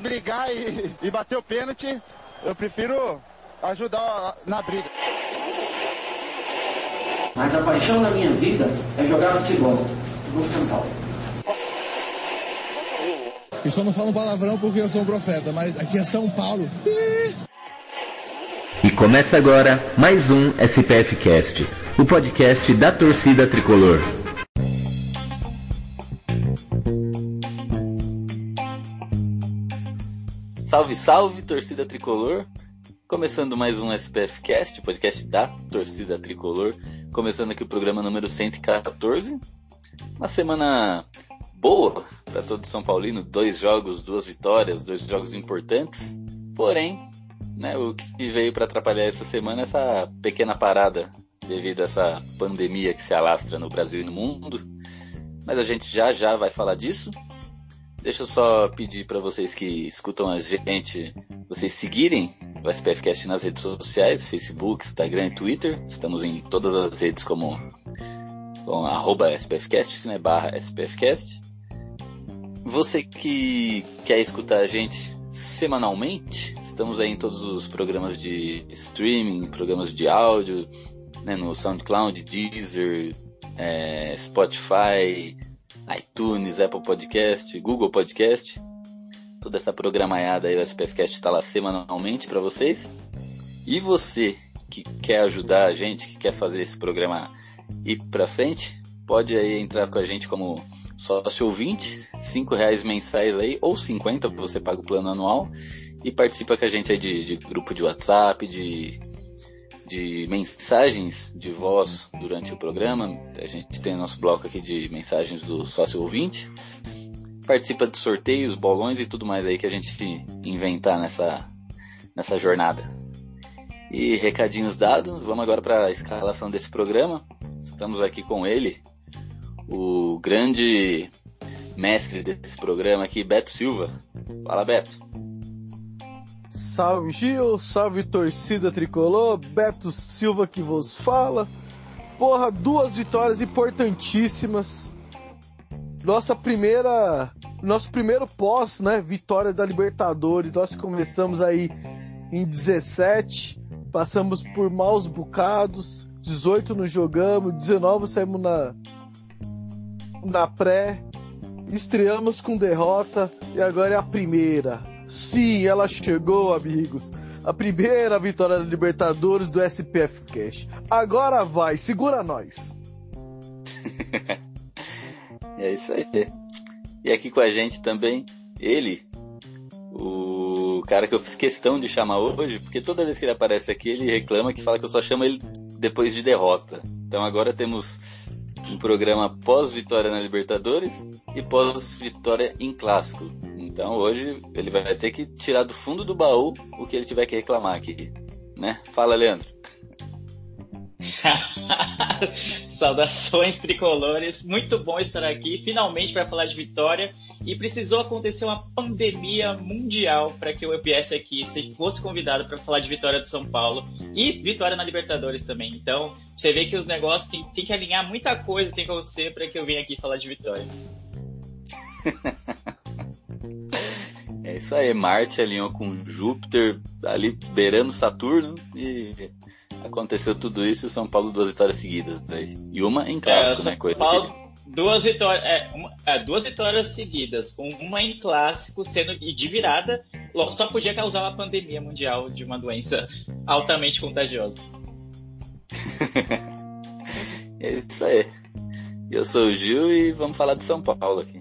brigar e bater o pênalti, eu prefiro ajudar na briga. Mas a paixão da minha vida é jogar futebol no São Paulo. Eu só não falo palavrão porque eu sou um profeta, mas aqui é São Paulo. E começa agora mais um SPF Cast, o podcast da torcida tricolor. Salve, salve, torcida tricolor! Começando mais um SPF Cast, podcast da torcida tricolor. Começando aqui o programa número 114. Uma semana boa para todo São Paulino. 2 jogos, 2 vitórias, 2 jogos importantes. Porém, né, o que veio para atrapalhar essa semana é essa pequena parada devido a essa pandemia que se alastra no Brasil e no mundo. Mas a gente já vai falar disso. Deixa eu só pedir para vocês que escutam a gente, vocês seguirem o SPFcast nas redes sociais, Facebook, Instagram e Twitter. Estamos em todas as redes como @SPFcast, né, /SPFcast. Você que quer escutar a gente semanalmente, estamos aí em todos os programas de streaming, programas de áudio, né, no SoundCloud, Deezer, Spotify, iTunes, Apple Podcast, Google Podcast. Toda essa programaiada aí, o SPFcast está lá semanalmente para vocês. E você que quer ajudar a gente, que quer fazer esse programa ir para frente, pode aí entrar com a gente como sócio ouvinte, R$5 mensais aí, ou 50, você paga o plano anual, e participa com a gente aí de grupo de WhatsApp, de mensagens de voz durante o programa. A gente tem o nosso bloco aqui de mensagens do sócio ouvinte. Participa de sorteios, bolões e tudo mais aí que a gente inventar nessa jornada. E recadinhos dados, vamos agora para a escalação desse programa. Estamos aqui com ele, o grande mestre desse programa aqui, Beto Silva. Fala, Beto. Salve Gil, salve torcida tricolor, Beto Silva que vos fala. Porra, 2 vitórias importantíssimas. Nosso primeiro pós, né, vitória da Libertadores. Nós começamos aí em 17, passamos por maus bocados, 18 não jogamos, 19 saímos na pré, estreamos com derrota e agora é a primeira. Sim, ela chegou, amigos. A primeira vitória da Libertadores do SPF Cash. Agora vai, segura nós. É isso aí. E aqui com a gente também, ele, o cara que eu fiz questão de chamar hoje, porque toda vez que ele aparece aqui, ele reclama que fala que eu só chamo ele depois de derrota. Então agora temos um programa pós-vitória na Libertadores e pós-vitória em Clássico. Então hoje ele vai ter que tirar do fundo do baú o que ele tiver que reclamar aqui, né? Fala, Leandro. Saudações tricolores, muito bom estar aqui finalmente para falar de vitória. E precisou acontecer uma pandemia mundial para que eu viesse aqui, se fosse convidado para falar de vitória do São Paulo e vitória na Libertadores também. Então você vê que os negócios tem que alinhar, muita coisa tem que acontecer para que eu venha aqui falar de vitória. É isso aí, Marte alinhou com Júpiter ali beirando Saturno e aconteceu tudo isso e o São Paulo 2 vitórias seguidas aí. E uma em Clássico, né? Coisa Paulo, que... 2 vitórias seguidas, com uma em Clássico sendo de virada, só podia causar uma pandemia mundial de uma doença altamente contagiosa. É isso aí. Eu sou o Gil e vamos falar de São Paulo aqui.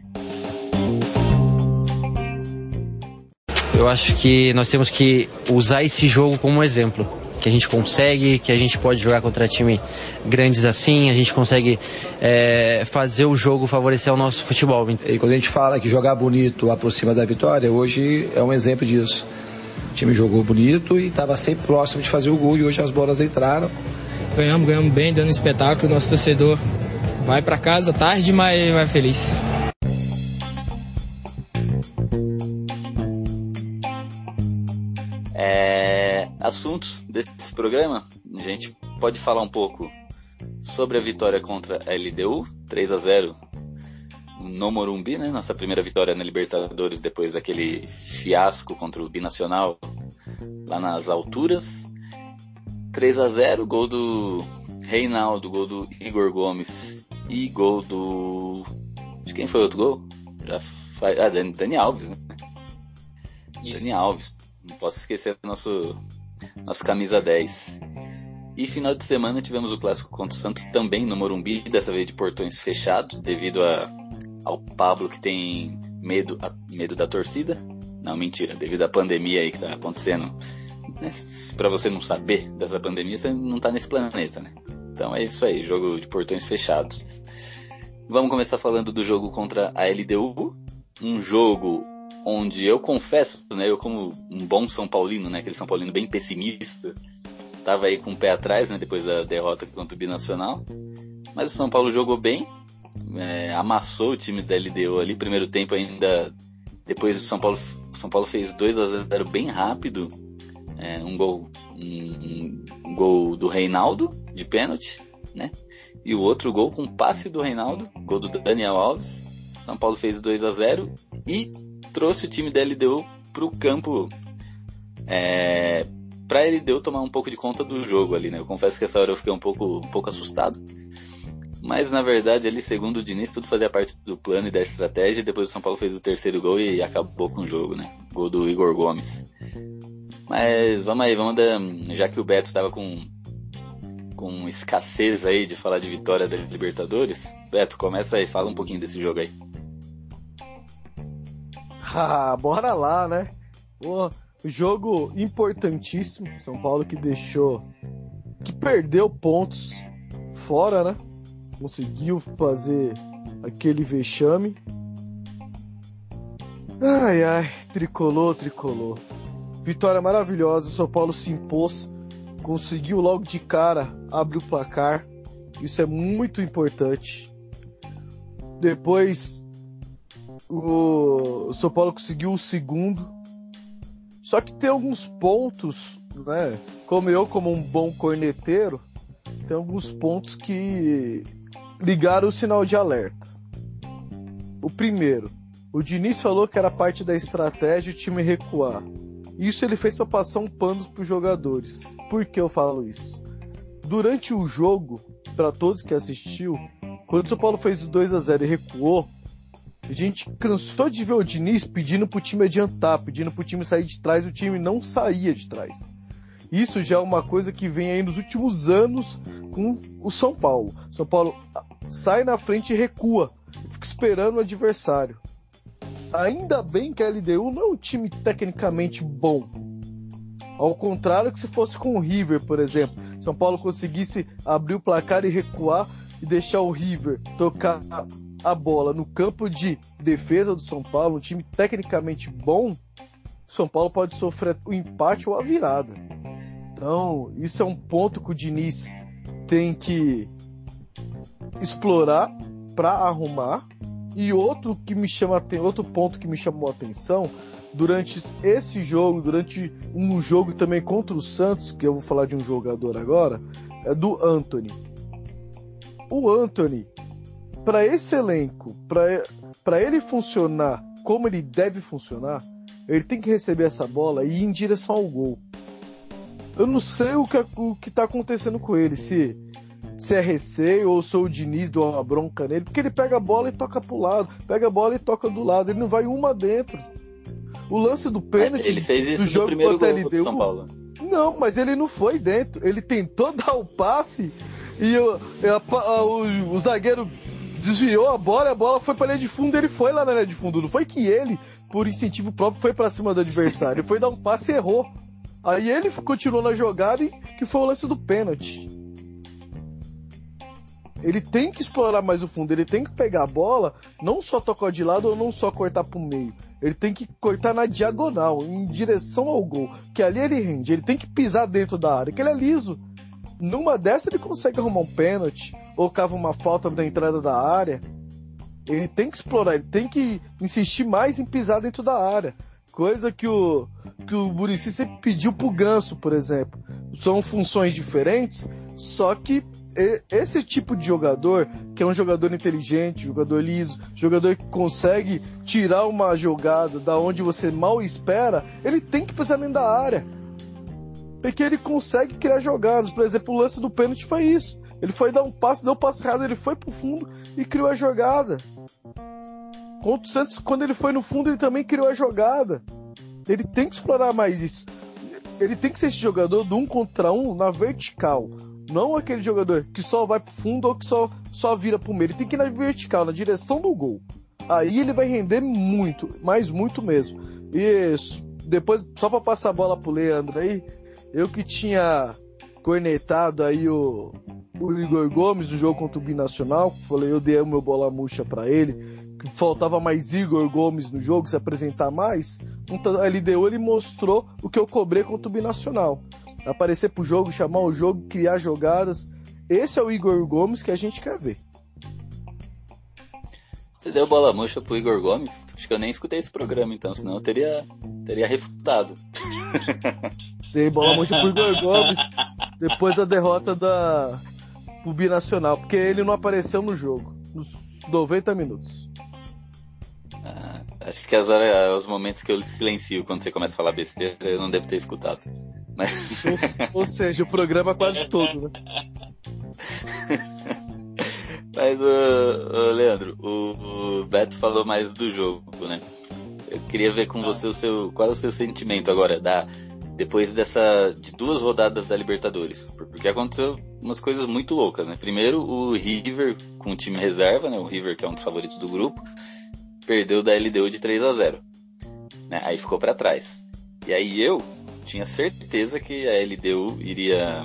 Eu acho que nós temos que usar esse jogo como exemplo, que a gente consegue, que a gente pode jogar contra time grandes assim, a gente consegue fazer o jogo favorecer o nosso futebol. E quando a gente fala que jogar bonito aproxima da vitória, hoje é um exemplo disso. O time jogou bonito e estava sempre próximo de fazer o gol e hoje as bolas entraram. Ganhamos bem, dando espetáculo, nosso torcedor vai para casa tarde, mas vai feliz. Assuntos desse programa, a gente pode falar um pouco sobre a vitória contra a LDU, 3-0 no Morumbi, né? Nossa primeira vitória na Libertadores depois daquele fiasco contra o Binacional lá nas alturas. 3-0, gol do Reinaldo, gol do Igor Gomes e gol do... de quem foi o outro gol? Dani Alves, né? Isso. Dani Alves, não posso esquecer do nosso camisa 10. E final de semana tivemos o clássico contra o Santos também no Morumbi, dessa vez de portões fechados, devido ao Pablo que tem medo da torcida. Não, mentira, devido à pandemia aí que tá acontecendo, né? Pra você não saber dessa pandemia, você não tá nesse planeta, né? Então é isso aí, jogo de portões fechados. Vamos começar falando do jogo contra a LDU, um jogo onde eu confesso, né, eu como um bom São Paulino, né, aquele São Paulino bem pessimista, tava aí com o pé atrás, né, depois da derrota contra o Binacional, mas o São Paulo jogou bem, amassou o time da LDU ali, primeiro tempo ainda, depois o São Paulo fez 2-0 bem rápido, um gol do Reinaldo, de pênalti, né, e o outro gol com passe do Reinaldo, gol do Daniel Alves. São Paulo fez 2-0 e trouxe o time da LDU para o campo para a LDU tomar um pouco de conta do jogo ali, né? Eu confesso que essa hora eu fiquei um pouco assustado, mas na verdade ali, segundo o Diniz, tudo fazia parte do plano e da estratégia, e depois o São Paulo fez o terceiro gol e acabou com o jogo, né? Gol do Igor Gomes. Mas vamos aí, já que o Beto estava com escassez aí de falar de vitória da Libertadores, Beto, começa aí, fala um pouquinho desse jogo aí. Bora lá, né? Jogo importantíssimo, São Paulo que perdeu pontos fora, né? Conseguiu fazer aquele vexame. Ai, tricolor. Vitória maravilhosa, o São Paulo se impôs, conseguiu logo de cara abrir o placar, isso é muito importante. Depois o São Paulo conseguiu o segundo, só que tem alguns pontos, né, como um bom corneteiro, tem alguns pontos que ligaram o sinal de alerta. O primeiro, o Diniz falou que era parte da estratégia o time recuar. Isso ele fez para passar um pano para os jogadores. Por que eu falo isso? Durante o jogo, para todos que assistiu, quando o São Paulo fez o 2-0 e recuou, a gente cansou de ver o Diniz pedindo pro time adiantar, pedindo pro time sair de trás, o time não saía de trás. Isso já é uma coisa que vem aí nos últimos anos com o São Paulo. O São Paulo sai na frente e recua, fica esperando o adversário. Ainda bem que a LDU não é um time tecnicamente bom. Ao contrário que se fosse com o River, por exemplo. São Paulo conseguisse abrir o placar e recuar e deixar o River tocar a bola no campo de defesa do São Paulo, um time tecnicamente bom, São Paulo pode sofrer o empate ou a virada. Então, isso é um ponto que o Diniz tem que explorar para arrumar. E outro ponto que me chamou a atenção durante esse jogo, durante um jogo também contra o Santos, que eu vou falar de um jogador agora, é do Antony. O Antony, para esse elenco, para ele funcionar como ele deve funcionar, ele tem que receber essa bola e ir em direção ao gol. Eu não sei o que está acontecendo com ele, se é receio ou se o Diniz deu uma bronca nele, porque ele pega a bola e toca pro lado, pega a bola e toca do lado, ele não vai uma dentro. O lance do pênalti ele fez isso do jogo no primeiro contra gol do São Paulo. Não, mas ele não foi dentro, ele tentou dar o passe e o zagueiro desviou a bola foi pra linha de fundo, ele foi lá na linha de fundo, não foi que ele, por incentivo próprio, foi pra cima do adversário, ele foi dar um passe e errou. Aí ele continuou na jogada e que foi o lance do pênalti. Ele tem que explorar mais o fundo, ele tem que pegar a bola, não só tocar de lado ou não só cortar pro meio. Ele tem que cortar na diagonal, em direção ao gol, que ali ele rende, ele tem que pisar dentro da área, que ele é liso. Numa dessa ele consegue arrumar um pênalti, ou cava uma falta na entrada da área. Ele tem que explorar, ele tem que insistir mais em pisar dentro da área. Coisa que o Muricy sempre pediu pro Ganso, por exemplo. São funções diferentes, Só que esse tipo de jogador, que é um jogador inteligente, jogador liso, jogador que consegue tirar uma jogada da onde você mal espera, ele tem que pisar dentro da área. Porque ele consegue criar jogadas. Por exemplo, o lance do pênalti foi isso. Ele foi dar um passe, deu um passe errado, ele foi pro fundo e criou a jogada. Contra o Santos, quando ele foi no fundo, ele também criou a jogada. Ele tem que explorar mais isso. Ele tem que ser esse jogador do 1 contra 1 na vertical. Não aquele jogador que só vai pro fundo ou que só vira pro meio. Ele tem que ir na vertical, na direção do gol. Aí ele vai render muito, mas muito mesmo. E depois, só pra passar a bola pro Leandro aí, eu que tinha cornetado aí o Igor Gomes no jogo contra o Binacional, falei, eu dei o meu bola murcha pra ele, que faltava mais Igor Gomes no jogo, se apresentar mais. Então a LDU ele mostrou o que eu cobrei contra o Binacional. Aparecer pro jogo, chamar o jogo, criar jogadas. Esse é o Igor Gomes que a gente quer ver. Você deu bola murcha pro Igor Gomes? Acho que eu nem escutei esse programa então, senão eu teria refutado. Dei bola murcha pro Igor Gomes depois da derrota pro Binacional, porque ele não apareceu no jogo, nos 90 minutos. Acho que os momentos que eu silencio quando você começa a falar besteira, eu não devo ter escutado. Mas... Ou seja, o programa quase todo, né? Mas, Leandro, o Beto falou mais do jogo, né? Eu queria ver com você qual é o seu sentimento agora, depois de 2 rodadas da Libertadores. Porque aconteceu umas coisas muito loucas, né? Primeiro, o River com o time reserva, né? O River, que é um dos favoritos do grupo, perdeu da LDU de 3-0. Né? Aí ficou pra trás. E aí eu tinha certeza que a LDU iria...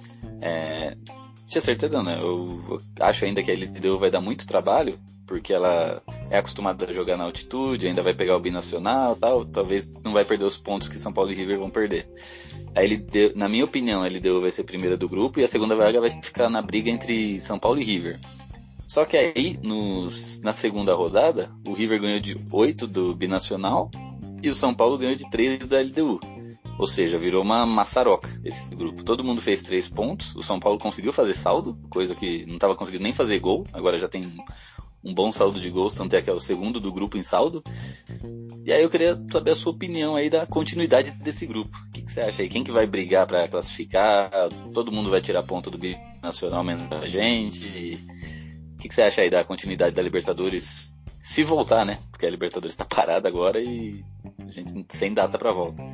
Tinha certeza, né? Eu acho ainda que a LDU vai dar muito trabalho, porque ela é acostumada a jogar na altitude, ainda vai pegar o Binacional e tal, talvez não vai perder os pontos que São Paulo e River vão perder. A LDU, na minha opinião, a LDU vai ser a primeira do grupo e a segunda vaga vai ficar na briga entre São Paulo e River. Só que aí, na segunda rodada, o River ganhou de 8 do Binacional e o São Paulo ganhou de 3 da LDU. Ou seja, virou uma maçaroca esse grupo. Todo mundo fez 3 pontos, o São Paulo conseguiu fazer saldo, coisa que não estava conseguindo nem fazer gol, agora já tem um bom saldo de gols, tanto é que é o segundo do grupo em saldo. E aí eu queria saber a sua opinião aí da continuidade desse grupo. O que você acha aí? Quem que vai brigar para classificar? Todo mundo vai tirar ponto do Binacional menos a gente? O que você acha aí da continuidade da Libertadores? Se voltar, né? Porque a Libertadores está parada agora e a gente sem data para volta.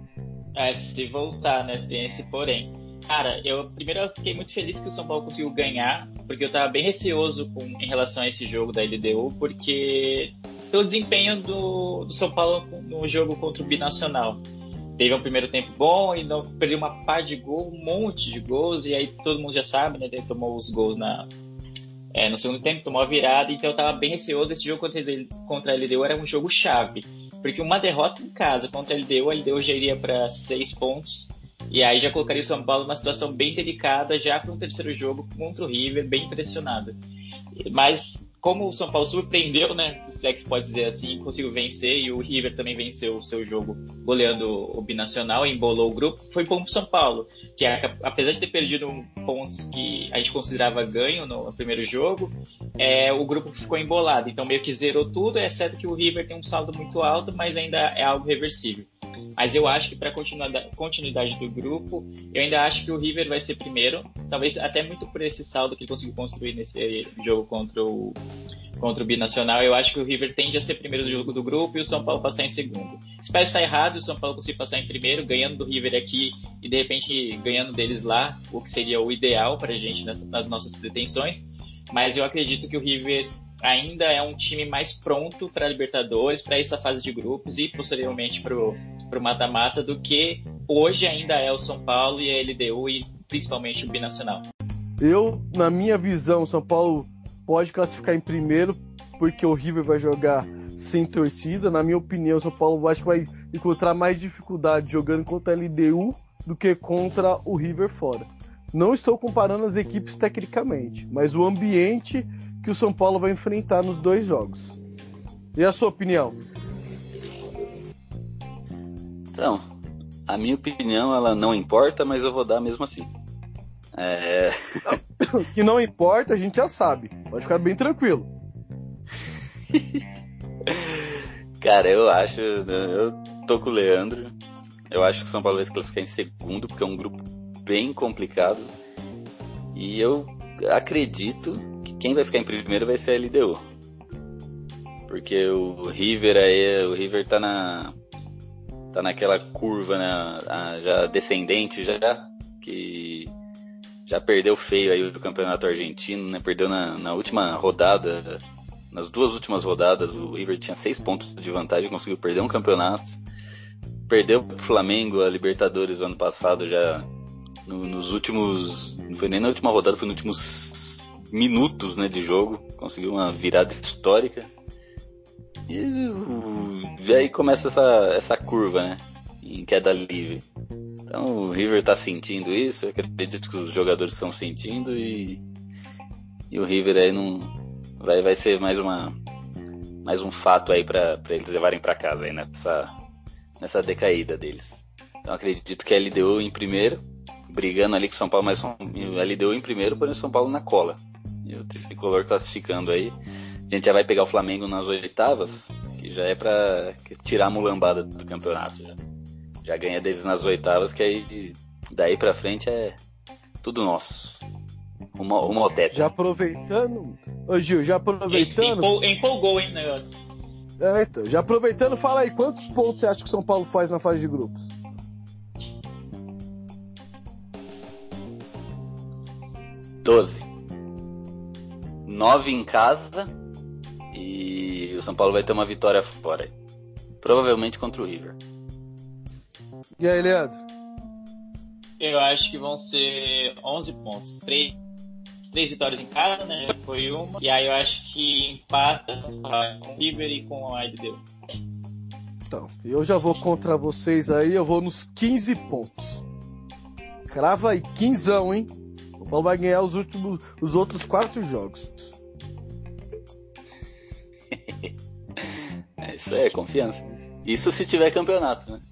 Se voltar, né? Tem esse porém. Cara, eu fiquei muito feliz que o São Paulo conseguiu ganhar, porque eu tava bem receoso em relação a esse jogo da LDU, porque pelo desempenho do São Paulo no jogo contra o Binacional. Teve um primeiro tempo bom e não perdeu uma par de gol, um monte de gols, e aí todo mundo já sabe, né? Ele tomou os gols no segundo tempo, tomou a virada, então eu tava bem receoso. Esse jogo contra a LDU era um jogo chave, porque uma derrota em casa contra a LDU já iria para 6 pontos, e aí já colocaria o São Paulo numa situação bem delicada, já para um terceiro jogo contra o River, bem pressionado. Mas como o São Paulo surpreendeu, né, se é que pode dizer assim, conseguiu vencer, e o River também venceu o seu jogo goleando o Binacional e embolou o grupo, foi bom pro São Paulo, que apesar de ter perdido pontos que a gente considerava ganho no primeiro jogo, o grupo ficou embolado, então meio que zerou tudo, exceto que o River tem um saldo muito alto, mas ainda é algo reversível. Mas eu acho que para continuidade do grupo, eu ainda acho que o River vai ser primeiro, talvez até muito por esse saldo que ele conseguiu construir nesse jogo contra o Binacional. Eu acho que o River tende a ser primeiro do jogo do grupo e o São Paulo passar em segundo. Espero estar errado, o São Paulo conseguir passar em primeiro, ganhando do River aqui e de repente ganhando deles lá, o que seria o ideal para a gente nas nossas pretensões. Mas eu acredito que o River ainda é um time mais pronto para a Libertadores, para essa fase de grupos e posteriormente para o mata-mata do que hoje ainda é o São Paulo e a LDU e principalmente o Binacional. Na minha visão, o São Paulo pode classificar em primeiro porque o River vai jogar sem torcida. Na minha opinião, o São Paulo acho que vai encontrar mais dificuldade jogando contra a LDU do que contra o River fora. Não estou comparando as equipes tecnicamente, mas o ambiente que o São Paulo vai enfrentar nos 2 jogos. E a sua opinião? Então, a minha opinião ela não importa, mas eu vou dar mesmo assim. Que não importa, a gente já sabe. Pode ficar bem tranquilo. Cara, eu tô com o Leandro. Eu acho que o São Paulo vai se classificar em segundo, porque é um grupo bem complicado. E eu acredito que quem vai ficar em primeiro vai ser a LDU. Porque o River tá naquela curva, né, já descendente, que já perdeu feio aí o campeonato argentino, né? Perdeu na última rodada, nas 2 últimas rodadas, o River tinha 6 pontos de vantagem, conseguiu perder um campeonato. Perdeu pro Flamengo a Libertadores ano passado, já nos últimos, não foi nem na última rodada, foi nos últimos minutos, né, de jogo, conseguiu uma virada histórica. E aí começa essa curva, né, em queda livre. Então o River tá sentindo isso, eu acredito que os jogadores estão sentindo e o River aí não vai ser mais um fato aí para eles levarem para casa aí nessa decaída deles. Então acredito que a LDU em primeiro, brigando ali com o São Paulo, mas a LDU em primeiro, porém o São Paulo na cola. E o Tricolor classificando aí. A gente já vai pegar o Flamengo nas oitavas, que já é pra tirar a mulambada do campeonato. Já ganha deles nas oitavas, que aí daí pra frente é tudo nosso. Rumo ao teto. Já aproveitando, ô Gil, Empolgou, hein, negócio. Então, já aproveitando, fala aí, quantos pontos você acha que o São Paulo faz na fase de grupos? 12. 9 em casa e o São Paulo vai ter uma vitória fora. Provavelmente contra o River. E aí, Leandro? Eu acho que vão ser 11 pontos. 3 vitórias em casa, né? Foi uma. E aí eu acho que empata com o River e com a LDU. Então, eu já vou contra vocês aí, eu vou nos 15 pontos. Crava aí, 15, hein? O Paulo vai ganhar os outros 4 jogos. Isso é confiança. Isso se tiver campeonato, né?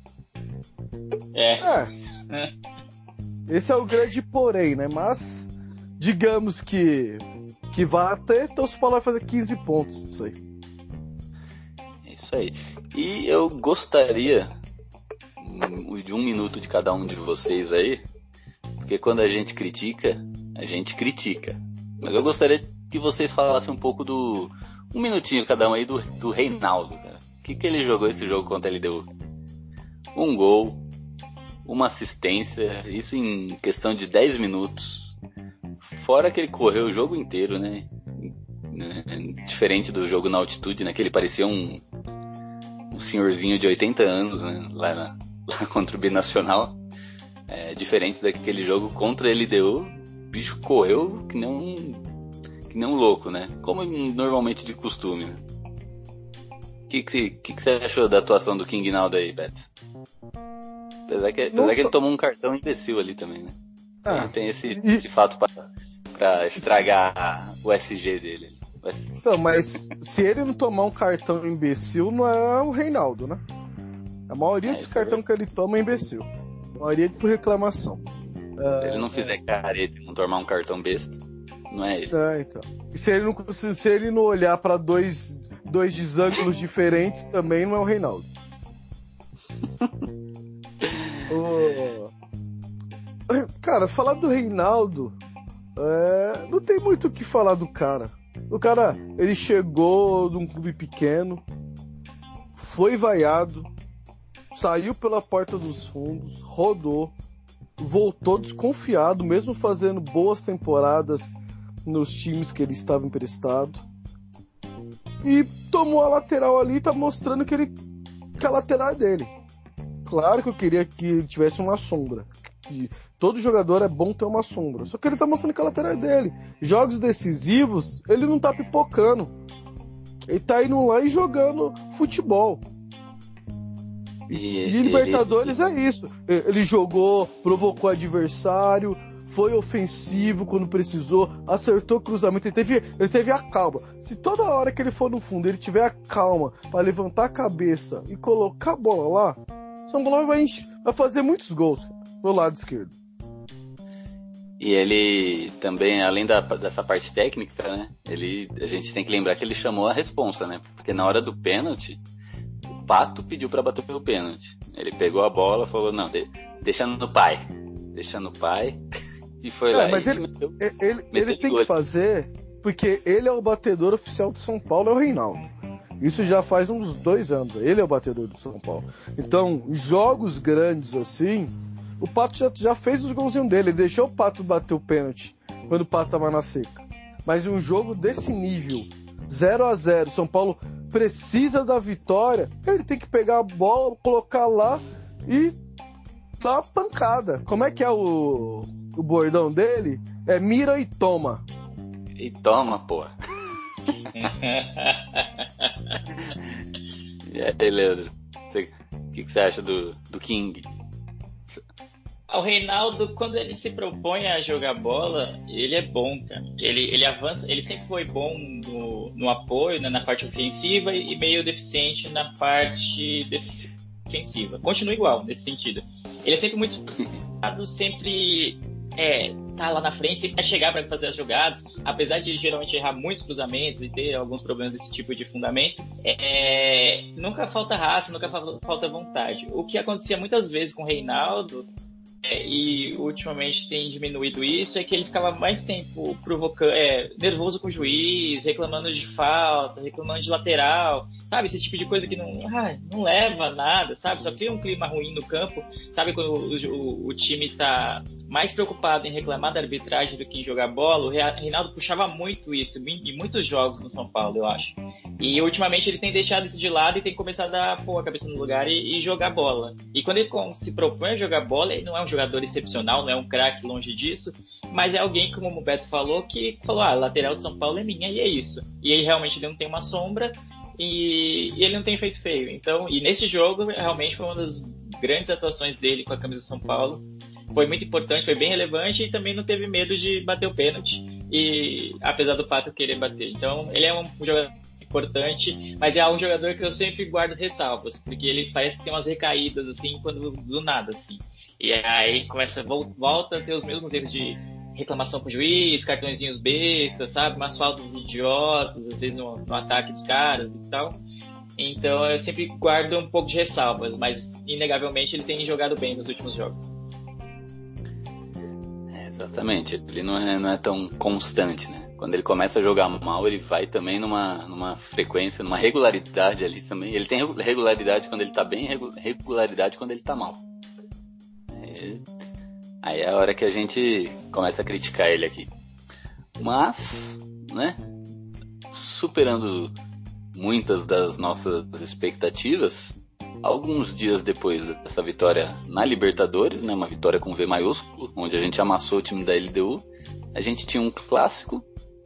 Esse é o grande porém, né? Mas digamos que vá ter, então o São Paulo vai fazer 15 pontos. Isso aí. Isso aí. E eu gostaria de 1 minuto de cada um de vocês aí, porque quando a gente critica. Mas eu gostaria que vocês falassem um pouco do... 1 minutinho cada um aí do Reinaldo, cara. O que ele jogou esse jogo contra a LDU? 1 gol, 1 assistência, isso em questão de 10 minutos. Fora que ele correu o jogo inteiro, né? Diferente do jogo na altitude, né? Que ele parecia um senhorzinho de 80 anos, né? Lá contra o Binacional. Diferente daquele jogo contra a LDU, o bicho correu que nem um louco, né? Como normalmente de costume, né? O que você achou da atuação do King Naldo aí, Beto? Apesar que ele tomou um cartão imbecil ali também, né? Tem esse fato pra estragar o SG dele. Então, mas se ele não tomar um cartão imbecil, não é o Reinaldo, né? A maioria dos cartões que ele toma é imbecil. A maioria é por reclamação. Se ele não fizer careta e não tomar um cartão besta, não é isso. Então. E se ele não olhar pra dois desângulos diferentes, também não é o Reinaldo. Cara, falar do Reinaldo, não tem muito o que falar do cara. O cara, ele chegou de um clube pequeno, foi vaiado, saiu pela porta dos fundos, rodou, voltou desconfiado, mesmo fazendo boas temporadas nos times que ele estava emprestado, e tomou a lateral ali e tá mostrando que a lateral é dele. Claro que eu queria que ele tivesse uma sombra, que todo jogador é bom ter uma sombra, só que ele tá mostrando que a lateral é dele. Jogos decisivos, ele não tá pipocando, ele tá indo lá e jogando futebol. E Libertadores é isso. Ele jogou, provocou o adversário, foi ofensivo quando precisou, acertou cruzamento, ele teve a calma. Se toda hora que ele for no fundo ele tiver a calma para levantar a cabeça e colocar a bola lá, São Paulo vai fazer muitos gols pro lado esquerdo. E ele também, além dessa parte técnica, né? A gente tem que lembrar que ele chamou a responsa, né? Porque na hora do pênalti, o Pato pediu pra bater o pênalti. Ele pegou a bola e falou, não, deixa no pai. Deixa no pai. E foi lá. Mas ele tem que fazer, porque ele é o batedor oficial de São Paulo, é o Reinaldo. Isso já faz uns 2 anos. Ele é o batedor do São Paulo. Então, jogos grandes assim, o Pato já fez os golzinhos dele. Ele deixou o Pato bater o pênalti quando o Pato tava na seca. Mas um jogo desse nível, 0-0, São Paulo precisa da vitória, ele tem que pegar a bola, colocar lá e dar uma pancada. Como é que é o bordão dele? É mira e toma. E toma, porra. E aí, Leandro? O que você acha do King? O Reinaldo, quando ele se propõe a jogar bola, ele é bom, cara. Ele avança, ele sempre foi bom no apoio, né, na parte ofensiva e meio deficiente na parte defensiva. Continua igual nesse sentido. Ele é sempre muito esforçado, sempre tá lá na frente, sempre vai chegar para fazer as jogadas, apesar de geralmente errar muitos cruzamentos e ter alguns problemas desse tipo de fundamento, nunca falta raça, nunca falta vontade. O que acontecia muitas vezes com o Reinaldo, e ultimamente tem diminuído isso, é que ele ficava mais tempo provocando, nervoso com o juiz, reclamando de falta, reclamando de lateral, sabe? Esse tipo de coisa que não leva a nada, sabe? Só cria um clima ruim no campo, sabe? Quando o time tá mais preocupado em reclamar da arbitragem do que em jogar bola, o Reinaldo puxava muito isso em muitos jogos no São Paulo, eu acho. E ultimamente ele tem deixado isso de lado e tem começado a pôr a cabeça no lugar e jogar bola. E quando ele se propõe a jogar bola, ele não é um jogador excepcional, não é um craque, longe disso, mas é alguém, como o Beto falou, que falou, a lateral de São Paulo é minha e é isso. E aí realmente ele não tem uma sombra e ele não tem feito feio. Então, e nesse jogo realmente foi uma das grandes atuações dele com a camisa de São Paulo. Foi muito importante, foi bem relevante e também não teve medo de bater o pênalti, e apesar do Pato querer bater. Então ele é um jogador importante, mas é um jogador que eu sempre guardo ressalvas, porque ele parece que tem umas recaídas assim, quando do nada assim. E aí volta a ter os mesmos erros de reclamação com o juiz, cartõezinhos besta, sabe? Umas faltas idiotas, às vezes no ataque dos caras e tal. Então eu sempre guardo um pouco de ressalvas, mas inegavelmente ele tem jogado bem nos últimos jogos. Exatamente, ele não é tão constante, né? Quando ele começa a jogar mal, ele vai também numa frequência, numa regularidade ali também. Ele tem regularidade quando ele tá bem, regularidade quando ele tá mal. Aí é a hora que a gente começa a criticar ele aqui. Mas, né, superando muitas das nossas expectativas, alguns dias depois dessa vitória na Libertadores, né, uma vitória com V maiúsculo, onde a gente amassou o time da LDU, a gente tinha um clássico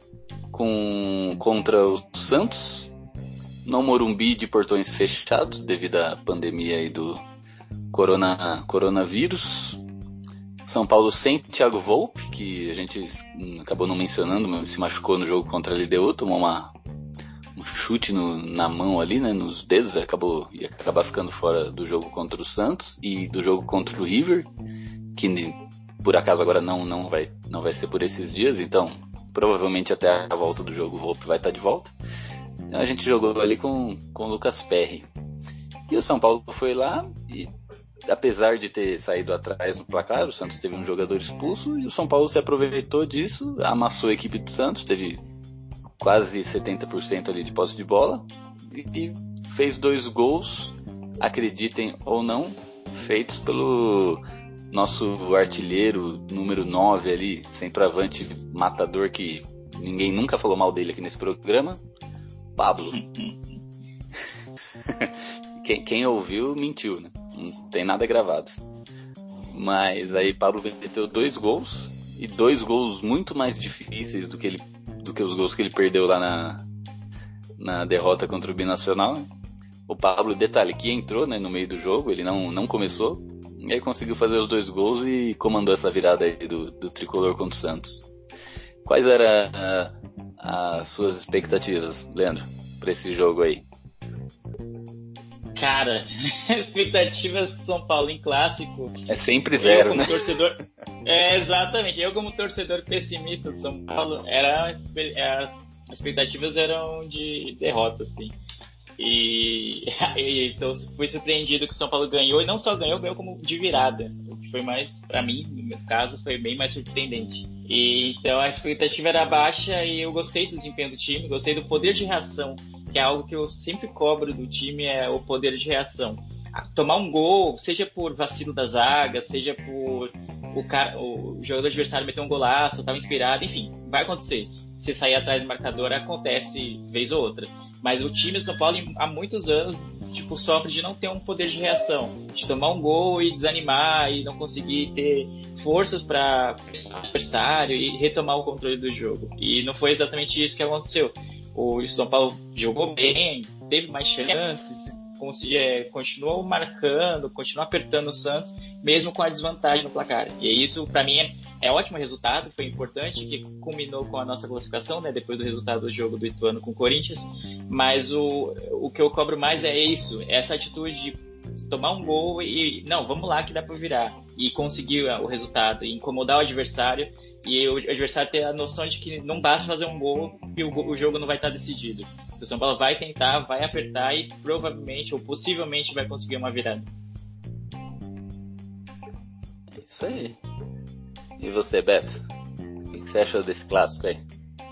contra o Santos, no Morumbi de portões fechados, devido à pandemia aí do coronavírus. São Paulo sem Thiago Volpe, que a gente acabou não mencionando, mas se machucou no jogo contra a LDU, tomou um chute na mão ali, né, nos dedos, ia acabar ficando fora do jogo contra o Santos e do jogo contra o River, que por acaso agora não vai ser por esses dias, então provavelmente até a volta do jogo o Volpe vai estar de volta. Então a gente jogou ali com o Lucas Perry. E o São Paulo foi lá e, apesar de ter saído atrás no placar, o Santos teve um jogador expulso e o São Paulo se aproveitou disso, amassou a equipe do Santos, teve quase 70% ali de posse de bola e fez 2 gols, acreditem ou não, feitos pelo nosso artilheiro número 9 ali, centroavante matador, que ninguém nunca falou mal dele aqui nesse programa, Pablo. Quem ouviu mentiu, né? Não tem nada gravado. Mas aí Pablo meteu 2 gols, e 2 gols muito mais difíceis do que os gols que ele perdeu lá na derrota contra o Binacional. O Pablo, detalhe, que entrou, né, no meio do jogo, ele não começou, e aí conseguiu fazer os 2 gols e comandou essa virada aí do Tricolor contra o Santos. Quais eram as suas expectativas, Leandro, para esse jogo aí? Cara, expectativas do São Paulo em clássico. É sempre zero, como né? Torcedor, exatamente. Eu, como torcedor pessimista do São Paulo, as expectativas eram de derrota, assim. Então fui surpreendido que o São Paulo ganhou, e não só ganhou como de virada. O que foi mais, pra mim, no meu caso, foi bem mais surpreendente. Então a expectativa era baixa e eu gostei do desempenho do time, gostei do poder de reação, que é algo que eu sempre cobro do time, é o poder de reação. Tomar um gol, seja por vacilo da zaga, seja por o jogador adversário meter um golaço, estava inspirado, enfim, vai acontecer. Se sair atrás do marcador, acontece vez ou outra. Mas o time do São Paulo, há muitos anos, sofre de não ter um poder de reação, de tomar um gol e desanimar e não conseguir ter forças para o adversário e retomar o controle do jogo. E não foi exatamente isso que aconteceu. O São Paulo jogou bem, teve mais chances, continuou marcando, continuou apertando o Santos, mesmo com a desvantagem no placar. E isso, para mim, é ótimo resultado, foi importante, que culminou com a nossa classificação, né, depois do resultado do jogo do Ituano com o Corinthians. Mas o que eu cobro mais é isso, essa atitude de tomar um gol e, não, vamos lá que dá para virar. E conseguir o resultado, e incomodar o adversário, e o adversário ter a noção de que não basta fazer um gol e o jogo não vai estar decidido. O São Paulo vai tentar, vai apertar e provavelmente ou possivelmente vai conseguir uma virada. É isso aí. E você, Beto? O que você achou desse clássico aí?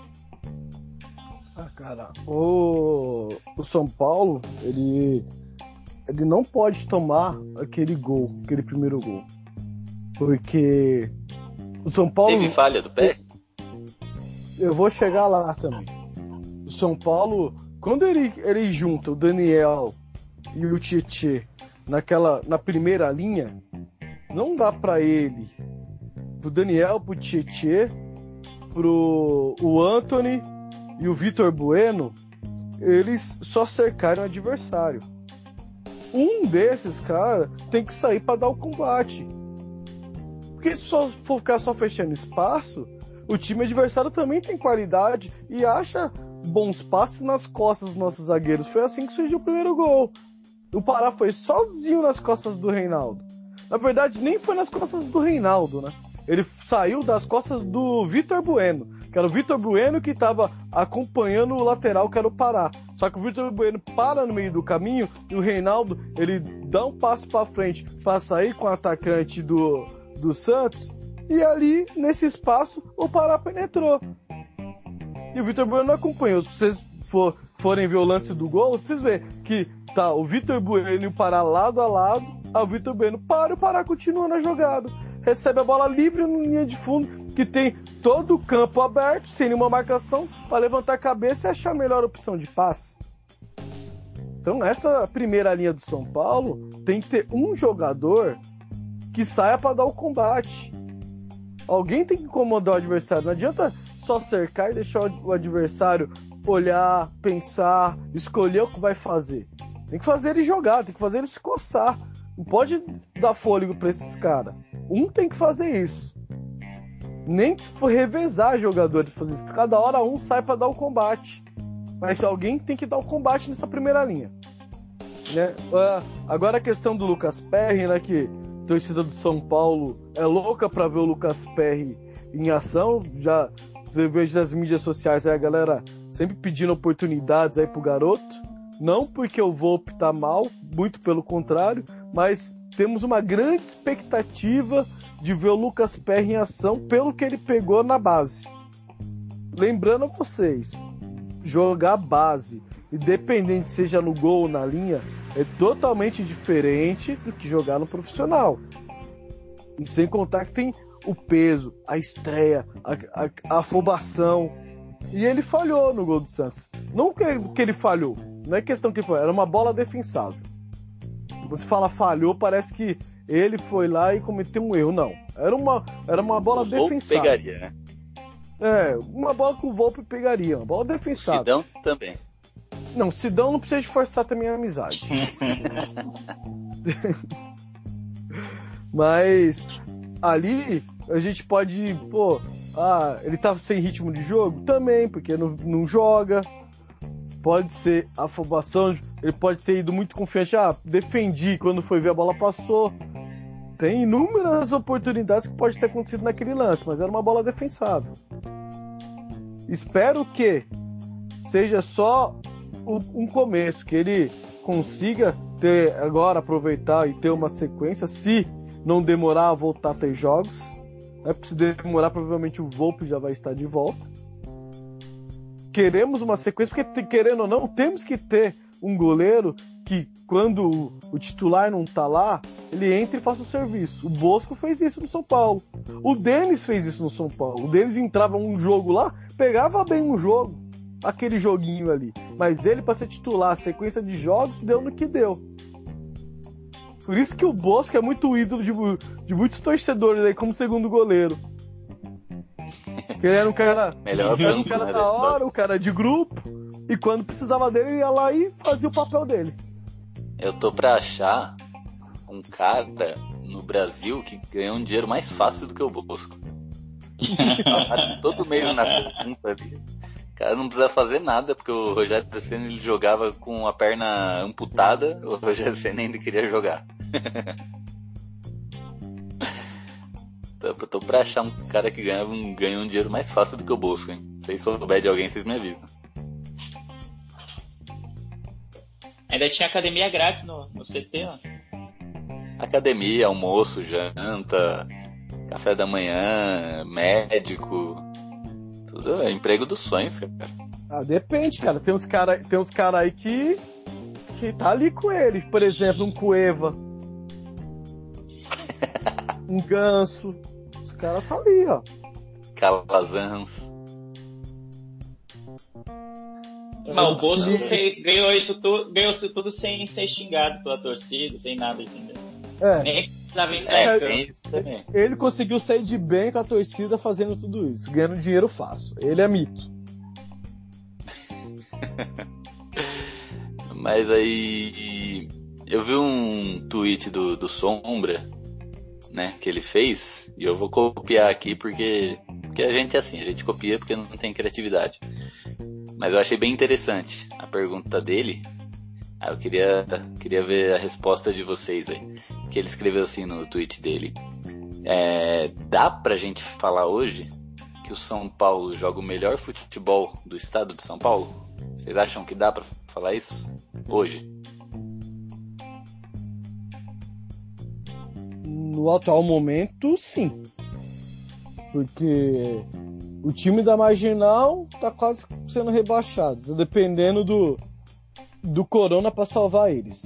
Cara, o São Paulo, ele não pode tomar aquele primeiro gol. Porque o São Paulo... Teve falha do pé? Eu vou chegar lá também. O São Paulo, quando ele junta o Daniel e o Tietê na primeira linha, não dá pra ele, pro Daniel, pro Tietê, o Antony e o Vitor Bueno, eles só cercaram o adversário. Um desses, cara, tem que sair pra dar o combate. Porque se for ficar só fechando espaço, o time adversário também tem qualidade e acha bons passes nas costas dos nossos zagueiros. Foi assim que surgiu o primeiro gol. O Pará foi sozinho nas costas do Reinaldo. Na verdade, nem foi nas costas do Reinaldo, né? Ele saiu das costas do Vitor Bueno, que era o Vitor Bueno que estava acompanhando o lateral, que era o Pará. Só que o Vitor Bueno para no meio do caminho e o Reinaldo, ele dá um passo para frente para sair com o atacante do Santos, e ali, nesse espaço, o Pará penetrou. E o Vitor Bueno acompanhou. Se vocês forem ver o lance do gol, vocês vê que tá o Vitor Bueno e o Pará lado a lado, o Vitor Bueno para e o Pará continua na jogada. Recebe a bola livre na linha de fundo, que tem todo o campo aberto, sem nenhuma marcação, para levantar a cabeça e achar a melhor opção de passe. Então, essa primeira linha do São Paulo tem que ter um jogador que saia para dar o combate. Alguém tem que incomodar o adversário. Não adianta só cercar e deixar o adversário olhar, pensar, escolher o que vai fazer. Tem que fazer ele jogar, tem que fazer ele se coçar. Não pode dar fôlego para esses caras. Um tem que fazer isso. Nem que for revezar jogadores fazer isso. Cada hora um sai para dar o combate. Mas alguém tem que dar o combate nessa primeira linha. Né? Agora a questão do Lucas Perry, né, que a torcida do São Paulo é louca para ver o Lucas Perry em ação. Já vejo nas mídias sociais aí a galera sempre pedindo oportunidades aí pro garoto. Não porque o Volpe tá mal, muito pelo contrário, mas temos uma grande expectativa de ver o Lucas Perry em ação pelo que ele pegou na base. Lembrando a vocês, jogar base, independente seja no gol ou na linha, é totalmente diferente do que jogar no profissional. E sem contar que tem o peso, a estreia, a afobação. E ele falhou no gol do Santos. Não que ele falhou, não é questão que foi, era uma bola defensável. Você fala falhou, parece que ele foi lá e cometeu um erro. Não, era uma bola defensável. Pegaria, né? É, uma bola que o Volpe pegaria, uma bola defensável. Sidão também. Não, Sidão não precisa de forçar também a amizade. Mas ali a gente pode, ele tá sem ritmo de jogo? Também, porque não joga. pode ser afobação, ele pode ter ido muito confiante, defendi, quando foi ver a bola passou. Tem inúmeras oportunidades que pode ter acontecido naquele lance, mas era uma bola defensável. Espero que seja só um começo, que ele consiga ter agora, aproveitar e ter uma sequência, se não demorar a voltar a ter jogos. Se demorar, provavelmente o Volpi já vai estar de volta. Queremos uma sequência, porque querendo ou não, temos que ter um goleiro que, quando o titular não tá lá, ele entra e faça o serviço. O Bosco fez isso no São Paulo. O Denis fez isso no São Paulo. O Denis entrava um jogo lá, pegava bem um jogo, aquele joguinho ali. Mas ele, para ser titular, a sequência de jogos, deu no que deu. Por isso que o Bosco é muito ídolo de muitos torcedores aí, como segundo goleiro. Porque ele era um cara, da hora, um cara de grupo, e quando precisava dele, ele ia lá e fazia o papel dele. Eu tô pra achar um cara no Brasil que ganhou um dinheiro mais fácil do que o Bosco. Todo mês na conta ali. O cara não precisa fazer nada, porque o Rogério Ceni ele jogava com a perna amputada, o Rogério Ceni ainda queria jogar. Tô pra achar um cara que ganha um dinheiro mais fácil do que o Bosco, hein? Se vocês souberem de alguém, vocês me avisam. Ainda tinha academia grátis no CT, ó. Academia, almoço, janta, café da manhã, médico, tudo é emprego dos sonhos, cara. Depende, cara. Tem uns cara aí que tá ali com ele. Por exemplo, um Cueva. Um Ganso. Os caras tá ali, ó. Calazans. Mas o Bosco ganhou isso tudo sem ser xingado pela torcida, sem nada, entendeu? Nem ele conseguiu sair de bem com a torcida fazendo tudo isso, ganhando dinheiro fácil. Ele é mito. Mas aí eu vi um tweet do Sombra, né, que ele fez, e eu vou copiar aqui porque a gente é assim, a gente copia porque não tem criatividade. Mas eu achei bem interessante a pergunta dele. Eu queria ver a resposta de vocês aí. Que ele escreveu assim no tweet dele. Dá pra gente falar hoje que o São Paulo joga o melhor futebol do estado de São Paulo? Vocês acham que dá pra falar isso hoje? No atual momento, sim. Porque o time da Marginal tá quase sendo rebaixado. Tá dependendo do Corona pra salvar eles.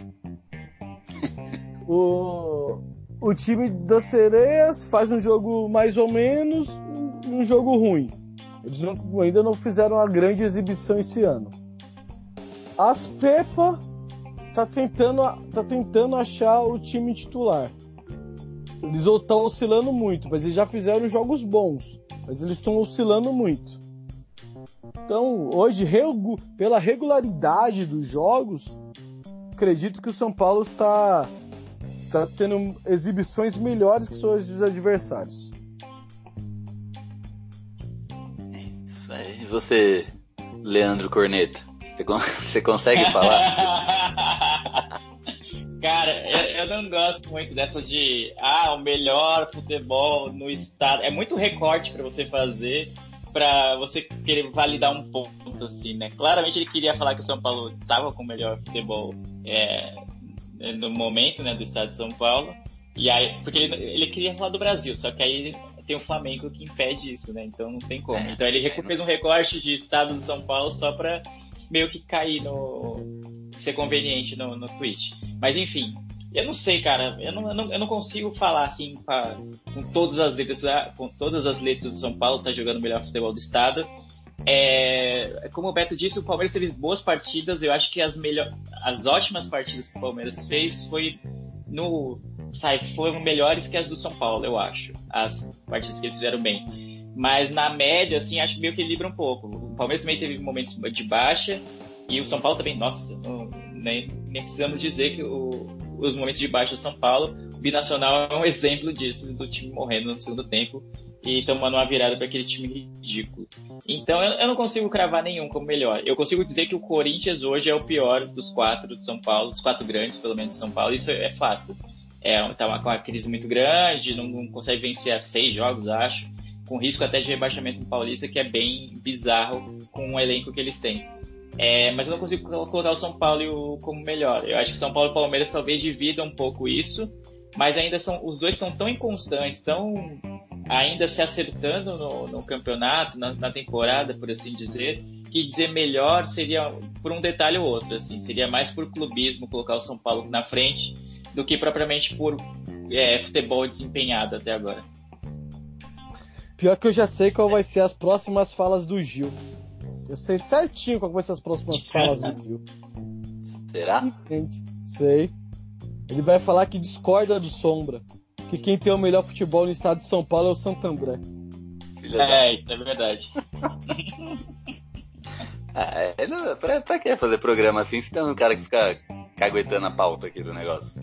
O time das Sereias faz um jogo mais ou menos, um jogo ruim. Eles ainda não fizeram uma grande exibição esse ano. As Pepa tá tentando achar o time titular. Eles estão oscilando muito, mas eles já fizeram jogos bons. Mas eles estão oscilando muito. Então, hoje, pela regularidade dos jogos, acredito que o São Paulo está tendo exibições melhores que seus adversários. Isso aí. E você, Leandro Corneta? Você consegue falar? Cara, eu não gosto muito dessas de o melhor futebol no estado. É muito recorte pra você fazer, pra você querer validar um ponto, assim, né? Claramente ele queria falar que o São Paulo tava com o melhor futebol no momento, né, do estado de São Paulo. E aí, porque ele queria falar do Brasil, só que aí tem o Flamengo que impede isso, né? Então não tem como. Então ele fez um recorte de estado de São Paulo só pra meio que cair ser conveniente no tweet. Mas enfim, eu não sei, cara, eu não consigo falar assim com todas as letras do São Paulo tá jogando o melhor futebol do estado. Como o Beto disse, o Palmeiras teve boas partidas. Eu acho que as ótimas partidas que o Palmeiras fez foram melhores que as do São Paulo, eu acho, as partidas que eles fizeram bem. Mas na média, assim, acho que meio que equilibra um pouco. O Palmeiras também teve momentos de baixa. E o São Paulo também, nossa, nem precisamos dizer que os momentos de baixa do São Paulo, Binacional é um exemplo disso, do time morrendo no segundo tempo e tomando uma virada para aquele time ridículo. Então eu não consigo cravar nenhum como melhor. Eu consigo dizer que o Corinthians hoje é o pior dos 4 de São Paulo, dos 4 grandes, pelo menos de São Paulo, isso é fato. Tá com uma crise muito grande, não consegue vencer a 6 jogos, acho, com risco até de rebaixamento no Paulista, que é bem bizarro com o elenco que eles têm. Mas eu não consigo colocar o São Paulo como melhor. Eu acho que São Paulo e Palmeiras talvez dividam um pouco isso, mas ainda os dois estão tão inconstantes, tão ainda se acertando no campeonato, na temporada, por assim dizer, que dizer melhor seria por um detalhe ou outro, assim, seria mais por clubismo colocar o São Paulo na frente do que propriamente por futebol desempenhado até agora. Pior que eu já sei qual vai ser as próximas falas do Gil. Eu sei certinho qual vai ser as próximas falas do Gil. Será? Sei. Ele vai falar que discorda do Sombra. Que quem tem o melhor futebol no estado de São Paulo é o Santo André. Isso é verdade. Pra que fazer programa assim se tem um cara que fica caguetando a pauta aqui do negócio?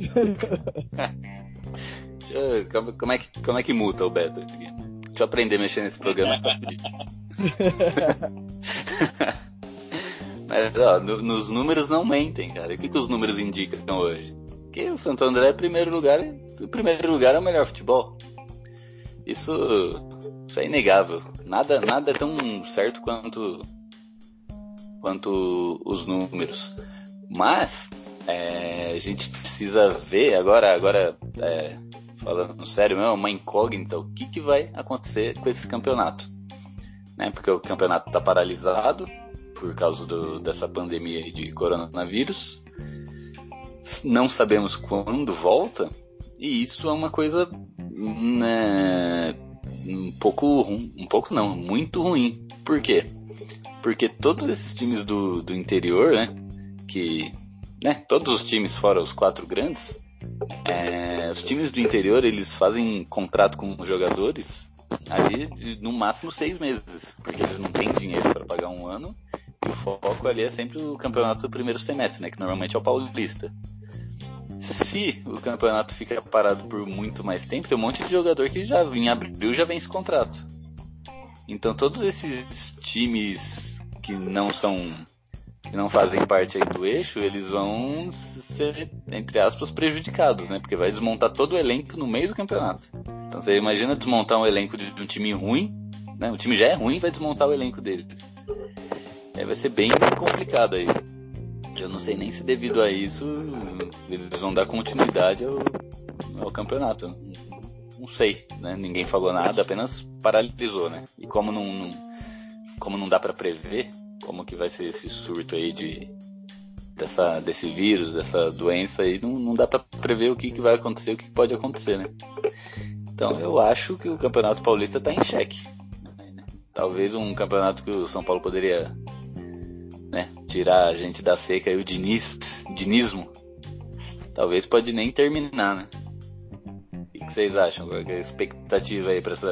Como é que muta o Beto aqui? Deixa eu aprender a mexer nesse programa. Mas ó, nos números não mentem, cara. O que os números indicam hoje? Que o Santo André em primeiro lugar é o melhor futebol. Isso é inegável. Nada é tão certo quanto os números. Mas a gente precisa ver agora falando sério mesmo, uma incógnita, o que vai acontecer com esse campeonato, né? Porque o campeonato está paralisado por causa dessa pandemia de coronavírus. Não sabemos quando volta, e isso é uma coisa, né, muito ruim. Por quê? Porque todos esses times do interior, né, todos os times fora os 4 grandes, os times do interior, eles fazem contrato com os jogadores ali de no máximo 6 meses, porque eles não têm dinheiro para pagar um ano, e o foco ali é sempre o campeonato do primeiro semestre, né, que normalmente é o paulista. Se o campeonato fica parado por muito mais tempo, tem um monte de jogador que já em abril já vence contrato. Então todos esses times que não fazem parte aí do eixo, eles vão ser, entre aspas, prejudicados, né? Porque vai desmontar todo o elenco no meio do campeonato. Então você imagina desmontar um elenco de um time ruim, né? O time já é ruim, vai desmontar o elenco deles. Vai ser bem complicado aí. Eu não sei nem se devido a isso eles vão dar continuidade ao campeonato. Não sei, né? Ninguém falou nada, apenas paralisou, né? E como não dá pra prever como que vai ser esse surto aí desse vírus, dessa doença aí, não dá pra prever o que vai acontecer, o que pode acontecer, né? Então eu acho que o Campeonato Paulista tá em xeque. Talvez um campeonato que o São Paulo poderia, né, tirar a gente da seca e o dinismo, talvez pode nem terminar, né? O que vocês acham? Qual é a expectativa aí pra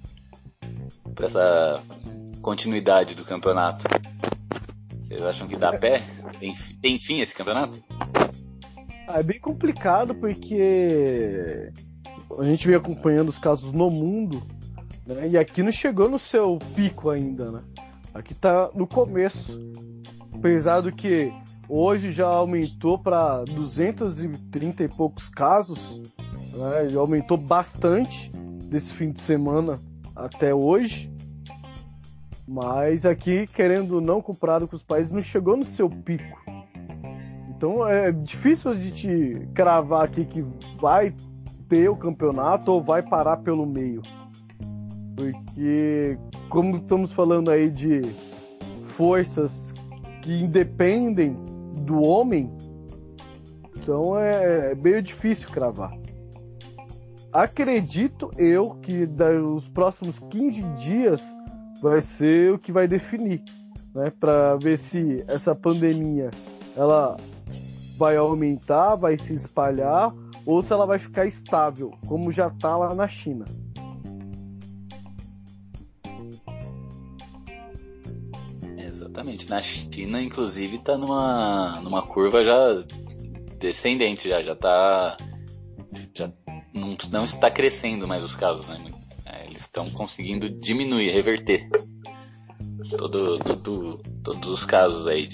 essa continuidade do campeonato? Vocês acham que dá pé? Tem fim esse campeonato? É bem complicado porque a gente vem acompanhando os casos no mundo, né? E aqui não chegou no seu pico ainda, né? Aqui tá no começo. Apesar do que hoje já aumentou para 230 e poucos casos, né? Já aumentou bastante desse fim de semana até hoje. Mas aqui, querendo ou não, comparado com os países, não chegou no seu pico. Então é difícil a gente cravar aqui que vai ter o campeonato ou vai parar pelo meio. Porque, como estamos falando aí de forças que independem do homem, então é meio difícil cravar. Acredito eu que nos próximos 15 dias vai ser o que vai definir, né, para ver se essa pandemia ela vai aumentar, vai se espalhar, ou se ela vai ficar estável, como já está lá na China. Exatamente, na China inclusive está numa curva já descendente, já não está crescendo mais os casos, né? Eles estão conseguindo diminuir, reverter todos os casos aí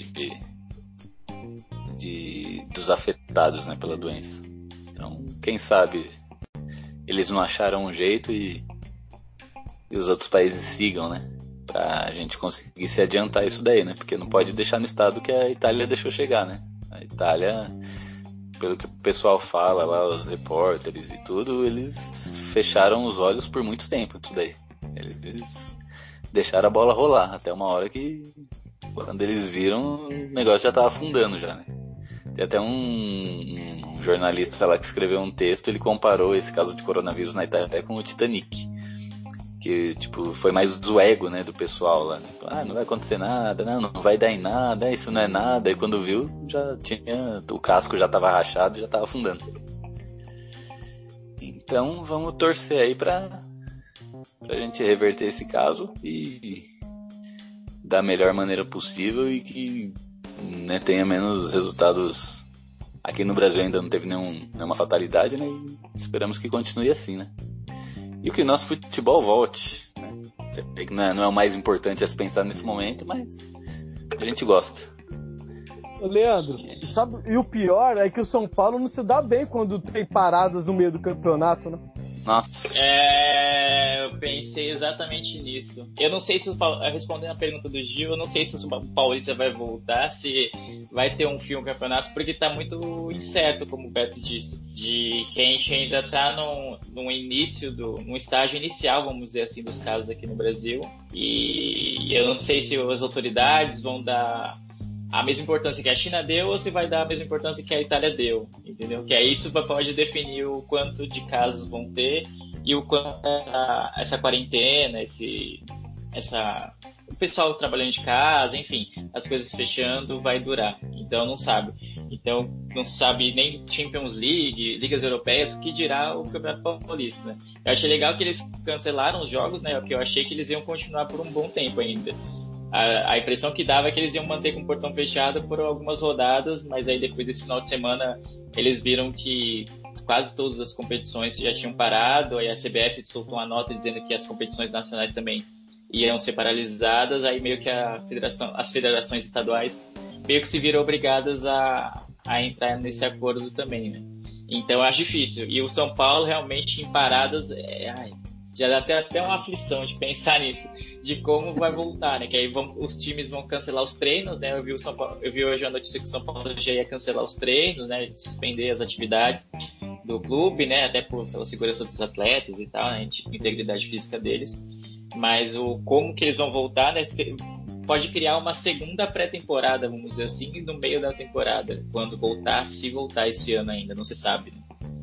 dos afetados, né, pela doença. Então, quem sabe eles não acharam um jeito e os outros países sigam, né? Pra gente conseguir se adiantar isso daí, né? Porque não pode deixar no estado que a Itália deixou chegar, né? A Itália, pelo que o pessoal fala lá, os repórteres e tudo, eles fecharam os olhos por muito tempo isso daí. Eles deixaram a bola rolar, até uma hora que, quando eles viram, o negócio já tava afundando já, né? Tem até um jornalista lá que escreveu um texto, ele comparou esse caso de coronavírus na Itália com o Titanic. Que, tipo, foi mais o ego, né, do pessoal lá. Tipo, não vai acontecer nada, não vai dar em nada, isso não é nada. E quando viu, já tinha, o casco já tava rachado, já tava afundando. Então, vamos torcer aí pra gente reverter esse caso e da melhor maneira possível e que, né, tenha menos resultados. Aqui no Brasil ainda não teve nenhuma fatalidade, né, e esperamos que continue assim, né. E que o nosso futebol volte, né? Você vê que não é o mais importante a se pensar nesse momento, mas a gente gosta. Leandro, e o pior é que o São Paulo não se dá bem quando tem paradas no meio do campeonato, né? Nossa. Eu pensei exatamente nisso. Eu não sei se respondendo a pergunta do Gil, eu não sei se o Paulista vai voltar, se vai ter um fim no campeonato, porque tá muito incerto, como o Beto disse, de que a gente ainda tá num estágio inicial, vamos dizer assim, dos casos aqui no Brasil. E eu não sei se as autoridades vão dar a mesma importância que a China deu ou se vai dar a mesma importância que a Itália deu, entendeu? Que aí isso pode definir o quanto de casos vão ter e o quanto essa quarentena, o pessoal trabalhando de casa, enfim, as coisas fechando, vai durar. Então não sabe. Então não se sabe nem Champions League, ligas europeias, que dirá o Campeonato Paulista, né? Eu achei legal que eles cancelaram os jogos, né? Porque eu achei que eles iam continuar por um bom tempo ainda. A impressão que dava é que eles iam manter com o portão fechado por algumas rodadas, mas aí depois desse final de semana eles viram que quase todas as competições já tinham parado, aí a CBF soltou uma nota dizendo que as competições nacionais também iam ser paralisadas, aí meio que as federações estaduais meio que se viram obrigadas a entrar nesse acordo também, né? Então eu acho difícil. E o São Paulo realmente em paradas, já dá até uma aflição de pensar nisso, de como vai voltar, né? Que aí os times vão cancelar os treinos, né? Eu vi hoje a notícia que o São Paulo já ia cancelar os treinos, né? Suspender as atividades do clube, né? Até pela segurança dos atletas e tal, né? Integridade física deles. Mas como que eles vão voltar, né? Pode criar uma segunda pré-temporada, vamos dizer assim, no meio da temporada, quando voltar, se voltar esse ano ainda, não se sabe.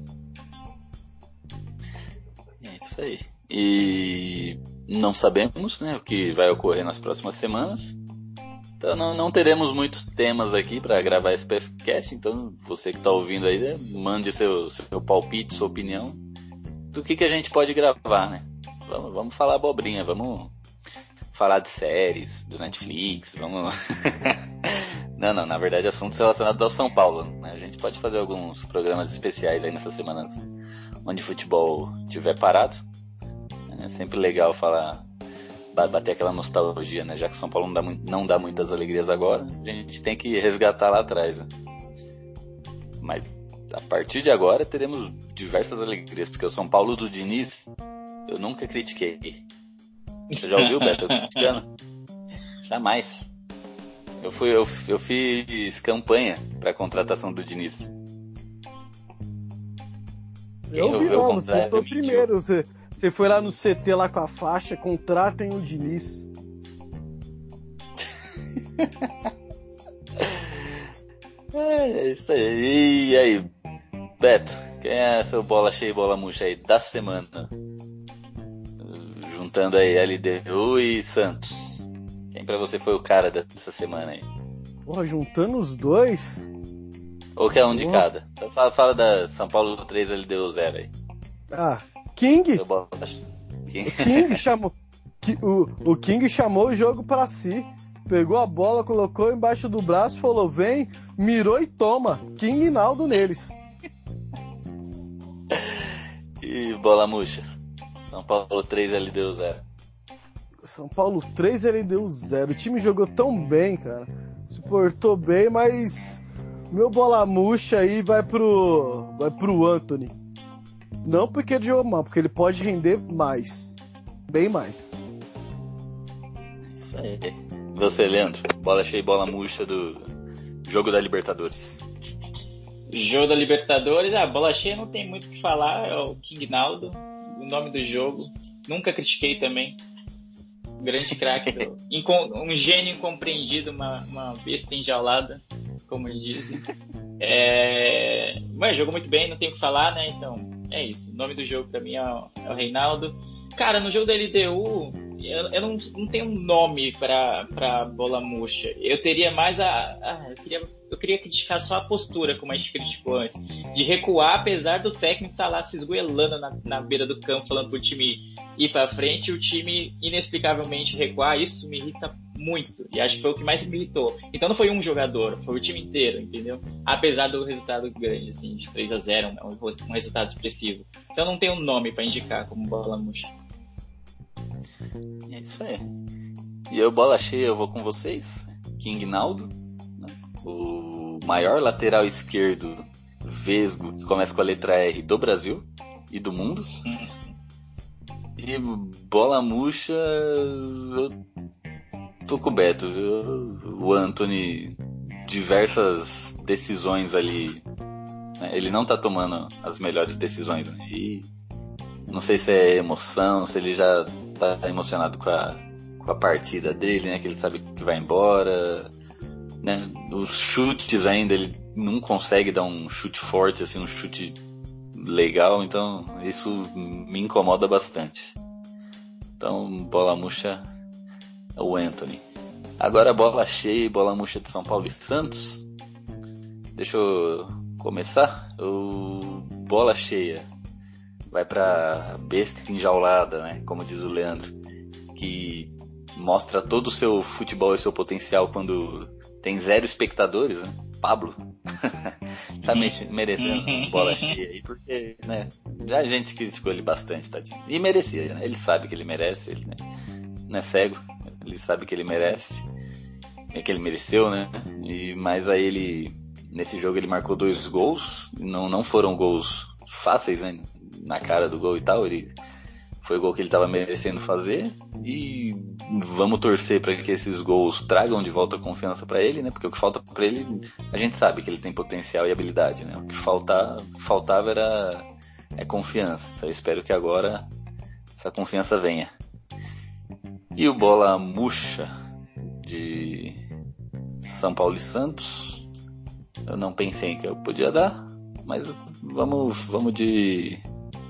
É isso aí. E não sabemos, né, o que vai ocorrer nas próximas semanas. Então não teremos muitos temas aqui para gravar esse PFcast. Então você que está ouvindo aí, né, mande seu palpite, sua opinião do que a gente pode gravar, né? Vamos falar abobrinha, vamos falar de séries, do Netflix, vamos... Não, na verdade assuntos relacionados ao São Paulo, né? A gente pode fazer alguns programas especiais aí nessas semanas onde o futebol estiver parado. É sempre legal bater aquela nostalgia, né? Já que o São Paulo não dá muitas alegrias agora, a gente tem que resgatar lá atrás, né? Mas a partir de agora teremos diversas alegrias, porque o São Paulo do Diniz eu nunca critiquei. Você já ouviu, Beto? Eu criticando? Jamais. Eu fiz campanha pra contratação do Diniz. Eu vi, não, você foi o primeiro. Você foi lá no CT lá com a faixa, contratem o Diniz. É isso aí. E aí, Beto, quem é seu bola cheia e bola murcha aí da semana? Juntando aí LDU e Santos. Quem pra você foi o cara dessa semana aí? Porra, juntando os dois? Ou quer um de cada? Então fala da São Paulo 3 LDU 0 aí. King? King. O King chamou. O King chamou o jogo pra si. Pegou a bola, colocou embaixo do braço, falou: vem, mirou e toma. King e Naldo neles. E bola murcha. São Paulo 3, LDU 0. São Paulo 3, LDU 0. O time jogou tão bem, cara. Se portou bem, mas meu bola murcha aí vai pro Antony. Não porque ele jogou mal, porque ele pode render mais. Bem mais. Isso aí. E você, Leandro? Bola cheia e bola murcha do jogo da Libertadores. Jogo da Libertadores, bola cheia não tem muito o que falar, é o King Naldo, o nome do jogo. Nunca critiquei também. Grande craque, um gênio incompreendido, uma besta enjaulada, como eles dizem. Mas jogou muito bem, não tem o que falar, né? Então, é isso. O nome do jogo pra mim é o Reinaldo. Cara, no jogo da LDU, eu não tenho um nome pra bola murcha. Eu teria mais eu queria criticar só a postura, como a gente criticou antes. De recuar, apesar do técnico estar lá se esgoelando na beira do campo, falando pro time ir pra frente, e o time inexplicavelmente recuar. Isso me irrita muito. E acho que foi o que mais me irritou. Então não foi um jogador, foi o time inteiro, entendeu? Apesar do resultado grande, assim, de 3-0, um resultado expressivo. Então não tem um nome pra indicar como bola murcha. É isso aí. E eu, bola cheia, eu vou com vocês. King Naldo, né? O maior lateral esquerdo vesgo que começa com a letra R do Brasil e do mundo. E bola murcha, eu tô com o Beto, viu? O Antony, diversas decisões ali, né? Ele não tá tomando as melhores decisões, né? E não sei se é emoção, se ele já tá emocionado com a partida dele, né? Que ele sabe que vai embora, né? Os chutes ainda, ele não consegue dar um chute forte, assim, um chute legal, então isso me incomoda bastante. Então, bola murcha é o Antony. Agora, bola cheia e bola murcha de São Paulo e Santos. Deixa eu começar. O bola cheia vai pra besta enjaulada, né? Como diz o Leandro, que mostra todo o seu futebol e seu potencial quando tem 0 espectadores, né? Pablo tá merecendo bola cheia aí, porque, né? Já a gente criticou ele bastante, tadinho. E merecia, né? Ele sabe que ele merece, ele, né? Não é cego, ele sabe que ele merece, é que ele mereceu, né? Mas aí ele, nesse jogo, ele marcou 2 gols, não foram gols fáceis, né? Na cara do gol e tal, foi o gol que ele estava merecendo fazer, e vamos torcer para que esses gols tragam de volta a confiança para ele, né? Porque o que falta para ele, a gente sabe que ele tem potencial e habilidade, né? O que faltava era confiança. Então eu espero que agora essa confiança venha. E o bola murcha de São Paulo e Santos, eu não pensei em que eu podia dar, mas vamos de...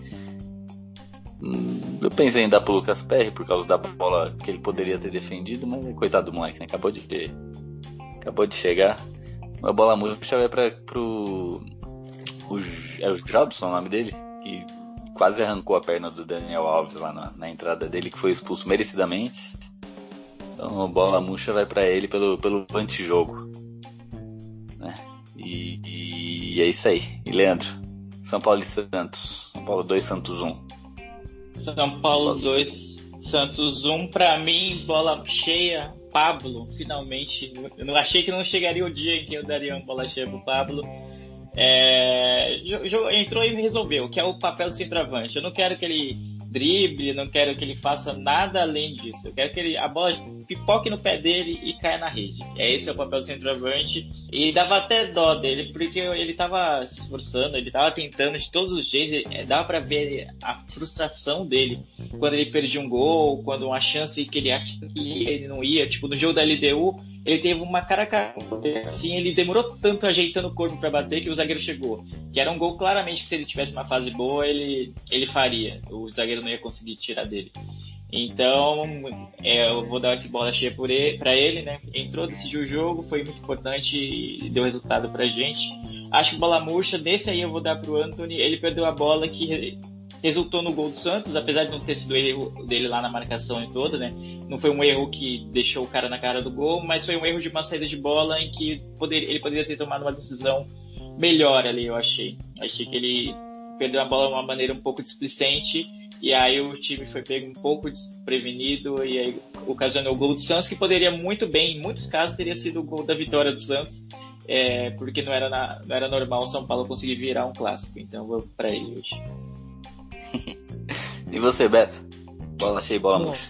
Eu pensei em dar pro Lucas Perry por causa da bola que ele poderia ter defendido, mas coitado do moleque, né? Acabou de chegar. A bola murcha vai pro o Jobson, o nome dele, que quase arrancou a perna do Daniel Alves lá na entrada dele, que foi expulso merecidamente. Então a bola murcha vai pra ele pelo antijogo, né? E é isso aí. E Leandro, São Paulo e Santos. São Paulo 2, Santos 1. São Paulo 2, Santos 1. Pra mim, bola cheia, Pablo, finalmente. Eu não achei que não chegaria o dia em que eu daria uma bola cheia pro Pablo. Entrou e resolveu, que é o papel do centroavante. Eu não quero que ele drible, não quero que ele faça nada além disso. Eu quero que a bola pipoque no pé dele e caia na rede. Esse é o papel do centroavante. E dava até dó dele, porque ele tava se esforçando, ele tava tentando de todos os jeitos. Dava pra ver a frustração dele quando ele perdia um gol, quando uma chance que ele acha que ia, ele não ia. Tipo, no jogo da LDU, ele teve uma cara assim, ele demorou tanto ajeitando o corpo pra bater que o zagueiro chegou. Que era um gol claramente que, se ele tivesse uma fase boa, ele faria. O zagueiro não ia conseguir tirar dele. Então, eu vou dar essa bola cheia pra ele, né? Entrou, decidiu o jogo, foi muito importante e deu resultado pra gente. Acho que bola murcha, desse aí eu vou dar pro Antony. Ele perdeu a bola que resultou no gol do Santos, apesar de não ter sido erro dele lá na marcação e toda, né? Não foi um erro que deixou o cara na cara do gol, mas foi um erro de uma saída de bola em que ele poderia ter tomado uma decisão melhor ali, eu achei. Achei que ele perdeu a bola de uma maneira um pouco displicente, e aí o time foi pego um pouco desprevenido, e aí ocasionou o gol do Santos, que poderia muito bem, em muitos casos, teria sido o gol da vitória do Santos, porque não era normal o São Paulo conseguir virar um clássico. Então eu vou para ele hoje. E você, Beto? Bola cheia e bola murcha.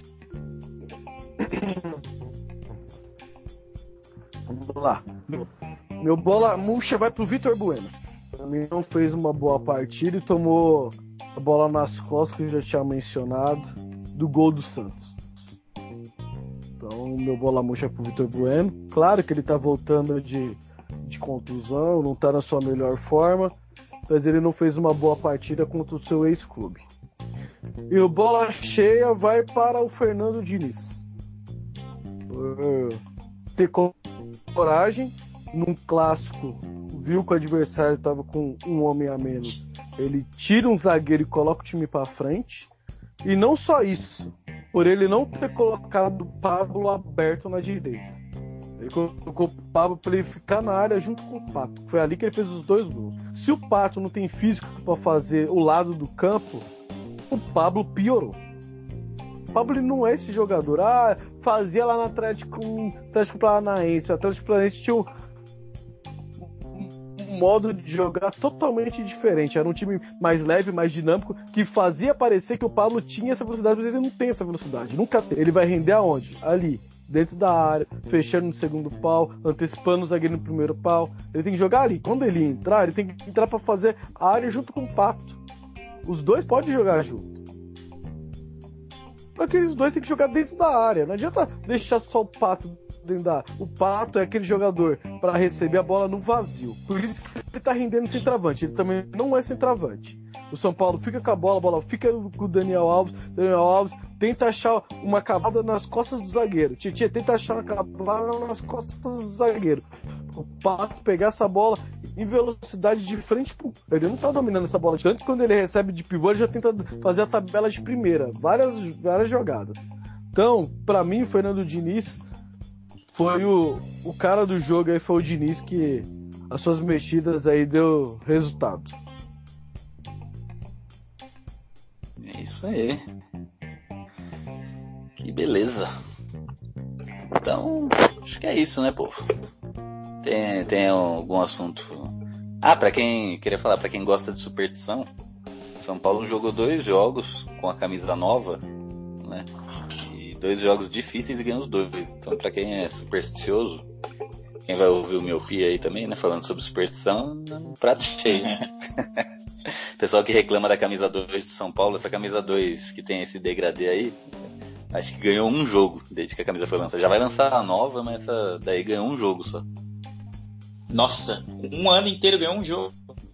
Vamos lá. Meu bola murcha vai pro Vitor Bueno. Pra mim não fez uma boa partida e tomou a bola nas costas, que eu já tinha mencionado, do gol do Santos. Então meu bola murcha é pro Vitor Bueno. Claro que ele tá voltando de contusão, não tá na sua melhor forma, mas ele não fez uma boa partida contra o seu ex-clube. E o bola cheia vai para o Fernando Diniz. Por ter coragem, num clássico, viu que o adversário estava com um homem a menos, ele tira um zagueiro e coloca o time para frente. E não só isso, por ele não ter colocado o Pablo aberto na direita. Ele colocou o Pablo para ele ficar na área junto com o Pato. Foi ali que ele fez os 2 gols. Se o Pato não tem físico para fazer o lado do campo, o Pablo piorou. O Pablo ele não é esse jogador. Fazia lá no Atlético Paranaense. O Atlético Paranaense tinha um modo de jogar totalmente diferente. Era um time mais leve, mais dinâmico, que fazia parecer que o Pablo tinha essa velocidade, mas ele não tem essa velocidade. Nunca tem. Ele vai render aonde? Ali, dentro da área, fechando no segundo pau, antecipando o zagueiro no primeiro pau. Ele tem que jogar ali. Quando ele entrar, ele tem que entrar para fazer a área junto com o Pato. Os dois podem jogar junto. Porque os dois têm que jogar dentro da área. Não adianta deixar só o Pato dentro da área. O Pato é aquele jogador para receber a bola no vazio. Por isso que ele tá rendendo centroavante. Ele também não é centroavante. O São Paulo fica com a bola fica com o Daniel Alves. Daniel Alves tenta achar uma cavada nas costas do zagueiro. Tietchan tenta achar uma cavada nas costas do zagueiro. O Pato pegar essa bola em velocidade de frente pro... Ele não tá dominando essa bola. Tanto que quando ele recebe de pivô, ele já tenta fazer a tabela de primeira. Várias jogadas. Então, pra mim, o Fernando Diniz foi o cara do jogo aí, foi o Diniz, que as suas mexidas aí deu resultado. É isso aí. Que beleza. Então, acho que é isso, né, povo? Tem algum assunto? Pra quem gosta de superstição, São Paulo jogou 2 jogos com a camisa nova, né? E 2 jogos difíceis e ganhou os 2. Então, pra quem é supersticioso, quem vai ouvir o Miopia aí também, né? Falando sobre superstição, um prato cheio. Pessoal que reclama da camisa 2 do São Paulo, essa camisa 2 que tem esse degradê aí, acho que ganhou um jogo desde que a camisa foi lançada. Já vai lançar a nova, mas essa daí ganhou um jogo só. Nossa, um ano inteiro ganhou um jogo.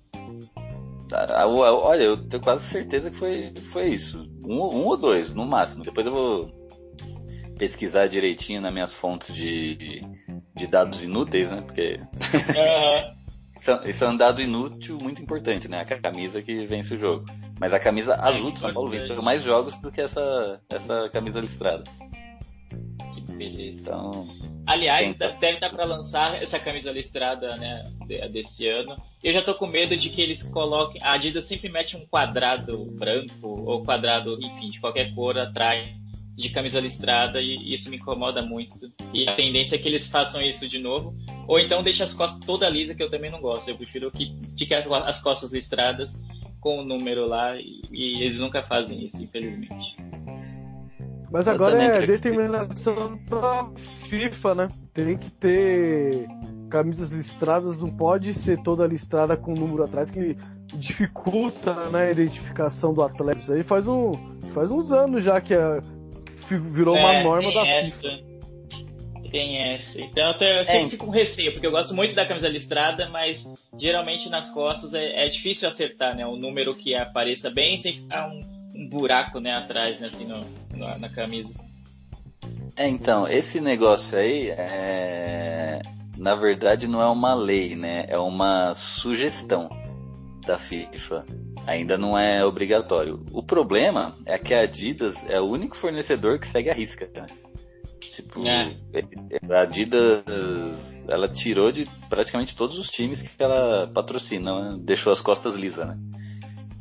Olha, eu tenho quase certeza que foi isso. Um ou 2, no máximo. Depois eu vou pesquisar direitinho nas minhas fontes de dados inúteis, né? Porque isso é um dado inútil muito importante, né? A camisa que vence o jogo. Mas a camisa azul do São Paulo venceu mais jogos do que essa camisa listrada. Que beleza. Então... Aliás, deve estar para lançar essa camisa listrada, né, desse ano. Eu já tô com medo de que eles coloquem... A Adidas sempre mete um quadrado branco ou quadrado, enfim, de qualquer cor atrás de camisa listrada, e isso me incomoda muito. E a tendência é que eles façam isso de novo. Ou então deixa as costas toda lisa, que eu também não gosto. Eu prefiro que fique as costas listradas com o número lá, e eles nunca fazem isso, infelizmente. Mas agora é determinação da FIFA, né? Tem que ter camisas listradas, não pode ser toda listrada com um número atrás, que dificulta, né, a identificação do atleta. Isso aí faz uns anos já que virou uma norma da FIFA. Tem essa. Então eu sempre fico com receio, porque eu gosto muito da camisa listrada, mas geralmente nas costas é difícil acertar, né? O número que apareça bem sem ficar um buraco, né, atrás, né, assim, na camisa. Então, esse negócio aí, na verdade não é uma lei, né? É uma sugestão da FIFA. Ainda não é obrigatório. O problema é que a Adidas é o único fornecedor que segue a risca, né? Tipo, a Adidas, ela tirou de praticamente todos os times que ela patrocina, né? Deixou as costas lisas, né?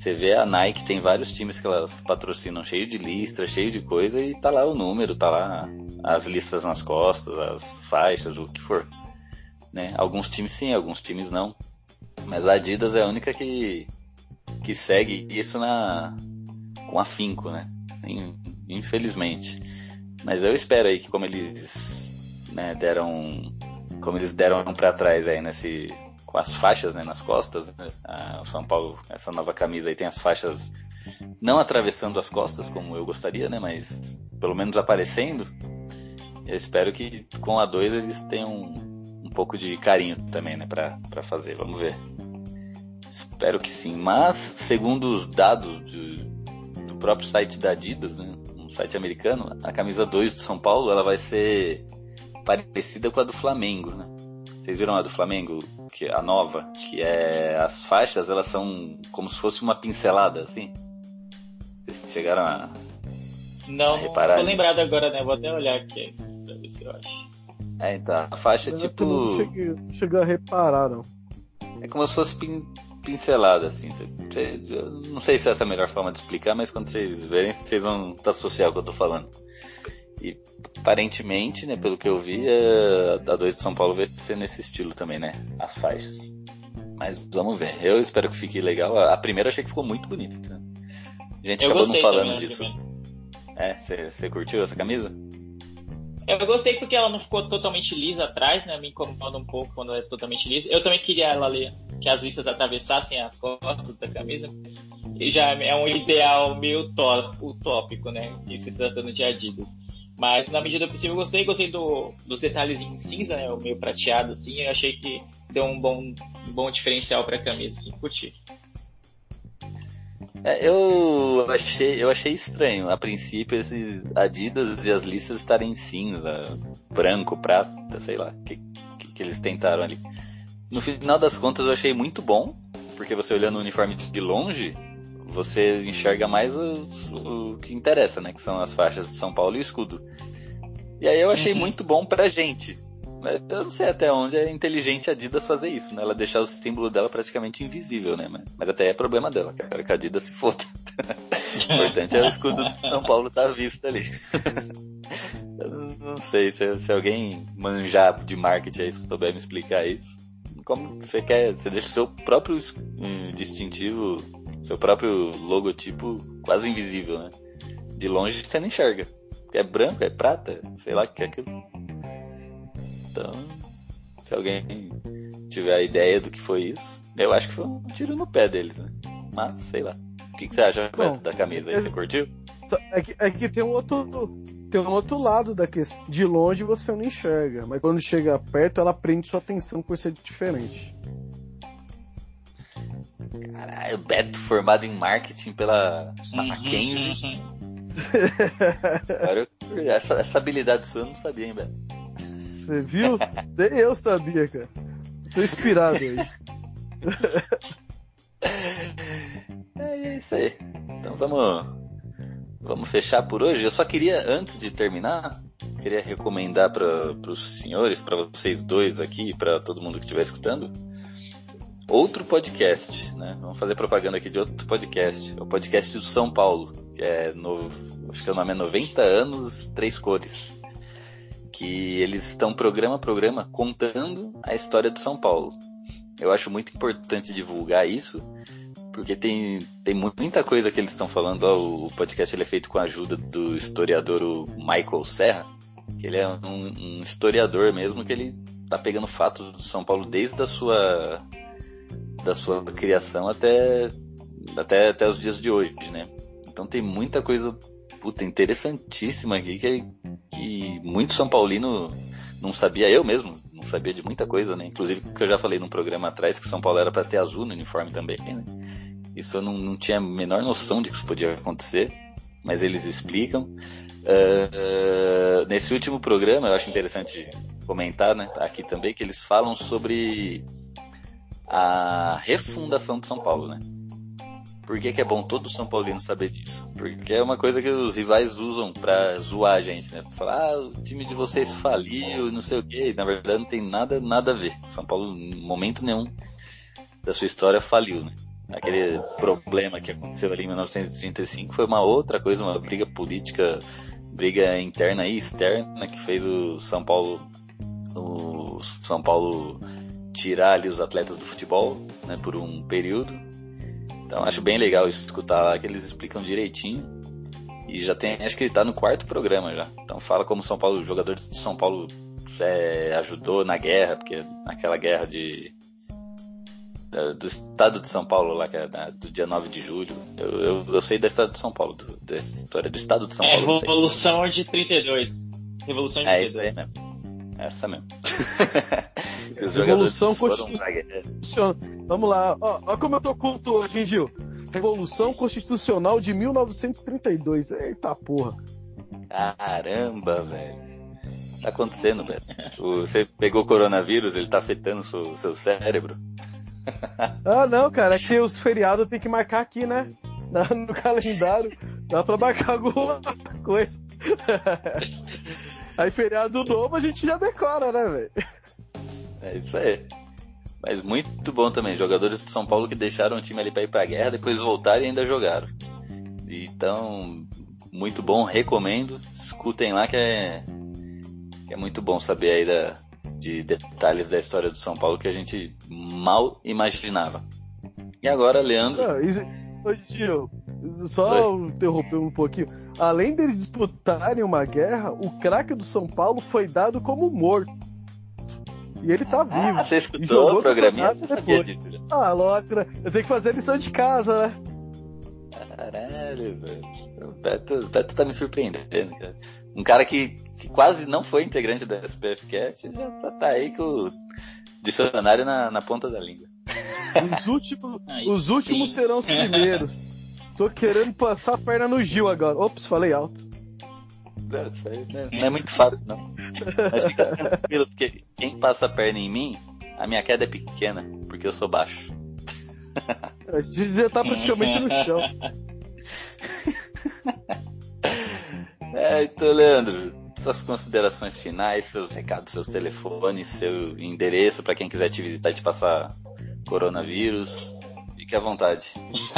Você vê a Nike, tem vários times que elas patrocinam cheio de listra, cheio de coisa, e tá lá o número, tá lá as listras nas costas, as faixas, o que for, né? Alguns times sim, alguns times não. Mas a Adidas é a única que segue isso com afinco, né? Infelizmente. Mas eu espero aí que como eles, né, deram pra trás aí com as faixas, né, nas costas, né? O São Paulo, essa nova camisa aí tem as faixas não atravessando as costas como eu gostaria, né, mas pelo menos aparecendo. Eu espero que com a 2 eles tenham um pouco de carinho também, né, pra fazer, vamos ver. Espero que sim, mas segundo os dados do próprio site da Adidas, né, um site americano, a camisa 2 do São Paulo, ela vai ser parecida com a do Flamengo, né? Vocês viram a do Flamengo, que a nova, que é as faixas, elas são como se fosse uma pincelada, assim? Vocês chegaram a reparar? Não tô lembrado agora, né? Vou até olhar aqui pra ver se eu acho. Então, a faixa é tipo... Não cheguei a reparar, não. É como se fosse pincelada, assim. Eu não sei se essa é a melhor forma de explicar, mas quando vocês verem, vocês vão associar o que eu tô falando. E aparentemente, né, pelo que eu vi, a 2 de São Paulo vai ser nesse estilo também, né? As faixas. Mas vamos ver. Eu espero que fique legal. A primeira eu achei que ficou muito bonita. Né? A gente acabou não falando disso. Você curtiu essa camisa? Eu gostei porque ela não ficou totalmente lisa atrás, né? Me incomoda um pouco quando ela é totalmente lisa. Eu também queria ela ler que as listas atravessassem as costas da camisa, mas já é um ideal meio utópico, né? E se tratando de Adidas. Mas na medida do possível eu gostei dos detalhes em cinza, né? O meio prateado, assim. Eu achei que deu um bom diferencial pra camisa, assim. Curti. Eu achei estranho, a princípio, esses Adidas e as listas estarem em cinza, branco, prata, sei lá, que eles tentaram ali. No final das contas eu achei muito bom, porque você olhando o uniforme de longe, você enxerga mais o que interessa, né, que são as faixas de São Paulo e o escudo. E aí eu achei muito bom pra gente. Mas eu não sei até onde é inteligente a Adidas fazer isso, né? Ela deixar o símbolo dela praticamente invisível, né? Mas até é problema dela, quero que a Adidas se foda. O importante é o escudo do São Paulo estar à vista ali. Eu não sei se alguém manjar de marketing aí, souber me explicar isso. Como você quer? Você deixa o seu próprio distintivo, seu próprio logotipo quase invisível, né? De longe você não enxerga. É branco, é prata, sei lá o que é aquilo. Então, se alguém tiver a ideia do que foi isso, eu acho que foi um tiro no pé deles, né? Mas, sei lá. O que você acha, Beto, da camisa aí? Você curtiu? É que tem um outro lado da questão. De longe você não enxerga, mas quando chega perto ela prende sua atenção por ser diferente. Caralho, Beto formado em marketing pela Mackenzie. Essa habilidade sua eu não sabia, hein, Beto? Você viu? Nem eu sabia, cara. Tô inspirado aí. É isso aí. Então vamos fechar por hoje. Eu só queria, antes de terminar, recomendar para os senhores, para vocês dois aqui, para todo mundo que estiver escutando, outro podcast, né? Vamos fazer propaganda aqui de outro podcast. É o podcast do São Paulo, que é novo. Acho que o nome é 90 anos, 3 cores. Que eles estão programa a programa contando a história do São Paulo. Eu acho muito importante divulgar isso, porque tem muita coisa que eles estão falando. O podcast ele é feito com a ajuda do historiador o Michael Serra, que ele é um historiador mesmo, que ele tá pegando fatos do São Paulo desde a sua criação até os dias de hoje, né? Então tem muita coisa interessantíssima aqui que muito São Paulino não sabia. Eu mesmo não sabia de muita coisa, né? Inclusive que eu já falei num programa atrás que São Paulo era para ter azul no uniforme também, né? Isso eu não tinha a menor noção de que isso podia acontecer, mas eles explicam. Nesse último programa eu acho interessante comentar, né, aqui também, que eles falam sobre a refundação de São Paulo, né? Por que é bom todo São Paulino saber disso? Porque é uma coisa que os rivais usam pra zoar a gente, né? Pra falar, o time de vocês faliu, não sei o quê. E, na verdade não tem nada a ver. São Paulo, em momento nenhum da sua história, faliu, né? aquele problema que aconteceu ali em 1935 foi uma outra coisa, uma briga política, briga interna e externa que fez o São Paulo tirar ali os atletas do futebol, né, por um período. Então acho bem legal escutar lá que eles explicam direitinho. E já tem, acho que ele tá no 4º programa já. Então fala como São Paulo, o jogador de São Paulo ajudou na guerra, porque naquela guerra do estado de São Paulo lá, que é do dia 9 de julho. Eu sei da história de São Paulo, da história do estado de São Paulo. Revolução de 32. Revolução de 32. Isso aí mesmo. Essa mesmo. Revolução Constitucional. Vamos lá. Ó como eu tô culto hoje, Gil. Revolução Constitucional de 1932. Eita porra. Caramba, velho. Tá acontecendo, velho. Você pegou o coronavírus, ele tá afetando o seu cérebro. Ah, não, cara. É que os feriados tem que marcar aqui, né? No calendário. Dá pra marcar alguma coisa. Aí feriado novo a gente já decora, né, velho? É isso aí. Mas muito bom também, jogadores do São Paulo que deixaram o time ali pra ir pra guerra, depois voltaram e ainda jogaram. Então, muito bom, recomendo. Escutem lá que é muito bom saber aí de detalhes da história do São Paulo que a gente mal imaginava. E agora, Leandro... Gil, só interromper um pouquinho. Além deles disputarem uma guerra, o craque do São Paulo foi dado como morto. E ele tá vivo. Você escutou o programinha? Lógico, né? Eu tenho que fazer a lição de casa, né? Caralho, velho. O Beto tá me surpreendendo, cara. Um cara que quase não foi integrante da SPFcast já tá aí com o dicionário na ponta da língua. Os últimos serão os primeiros. Tô querendo passar a perna no Gil agora. Ops, falei alto. Não é muito fácil, não. Mas fica tranquilo, porque quem passa a perna em mim, a minha queda é pequena, porque eu sou baixo. A gente já tá praticamente no chão. Então, Leandro, suas considerações finais, seus recados, seus telefones, seu endereço para quem quiser te visitar e te passar coronavírus. Fique à vontade.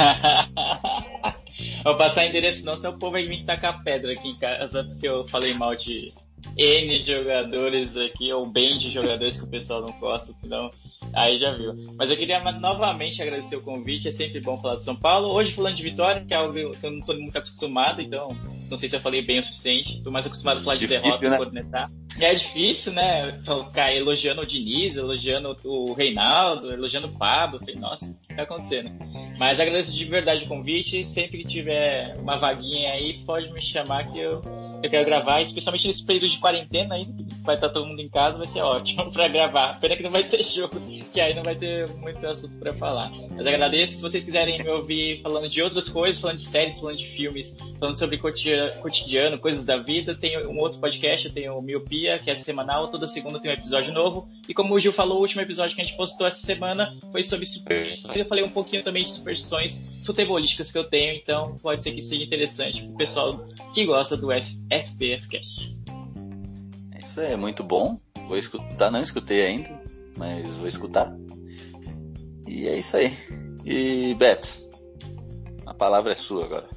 Vou passar endereço não, senão o povo vai me tacar pedra aqui em casa, porque eu falei mal de N jogadores aqui, ou bem de jogadores que o pessoal não gosta, então aí já viu. Mas eu queria novamente agradecer o convite, é sempre bom falar de São Paulo. Hoje falando de Vitória, que é algo que eu não estou muito acostumado, então não sei se eu falei bem o suficiente, estou mais acostumado a falar de derrota, né? Cornetar. É difícil, né? Ficar elogiando o Diniz, elogiando o Reinaldo, elogiando o Pablo. Falei, nossa, o que tá acontecendo? Mas agradeço de verdade o convite. Sempre que tiver uma vaguinha aí, pode me chamar que eu quero gravar, especialmente nesse período de quarentena aí, que vai estar todo mundo em casa, vai ser ótimo pra gravar. Pena que não vai ter jogo, que aí não vai ter muito assunto pra falar. Mas agradeço. Se vocês quiserem me ouvir falando de outras coisas, falando de séries, falando de filmes, falando sobre cotidiano, coisas da vida, tem um outro podcast, eu tenho o Miopia, que é semanal, toda segunda tem um episódio novo. E como o Gil falou, o último episódio que a gente postou essa semana foi sobre superstições. Eu falei um pouquinho também de superstições futebolísticas que eu tenho, então pode ser que seja interessante pro pessoal que gosta do SPFcast. Isso é muito bom. Vou escutar, não escutei ainda, mas vou escutar. E é isso aí. E Beto, a palavra é sua agora.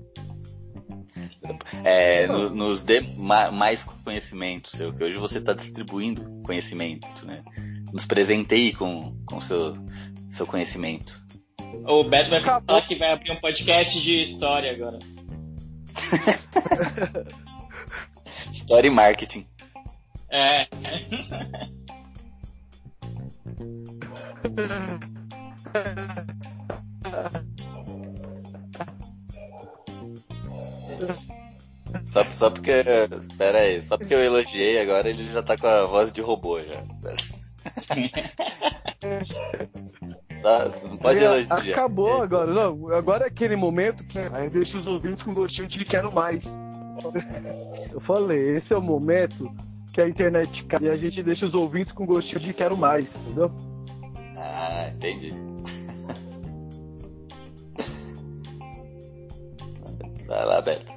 Nos dê mais conhecimento seu, que hoje você está distribuindo conhecimento, né? Nos presenteie com seu conhecimento. O Beto vai falar que vai abrir um podcast de história agora. História e marketing. É. Só porque. Pera aí, só porque eu elogiei agora ele já tá com a voz de robô já. Não pode elogiar. Acabou agora, não. Agora é aquele momento que aí deixa os ouvintes com gostinho de quero mais. Eu falei, esse é o momento que a internet cai e a gente deixa os ouvintes com gostinho de quero mais, entendeu? Ah, entendi. Vai lá, Beto.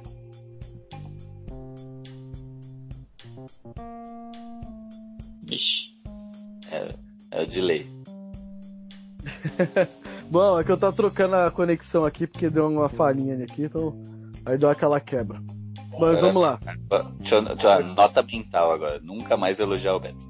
Vixe. É o delay. Bom, é que eu tava trocando a conexão aqui porque deu uma falhinha aqui, então aí deu aquela quebra. Mas vamos lá. Deixa eu nota mental agora. Nunca mais elogiar o Beto.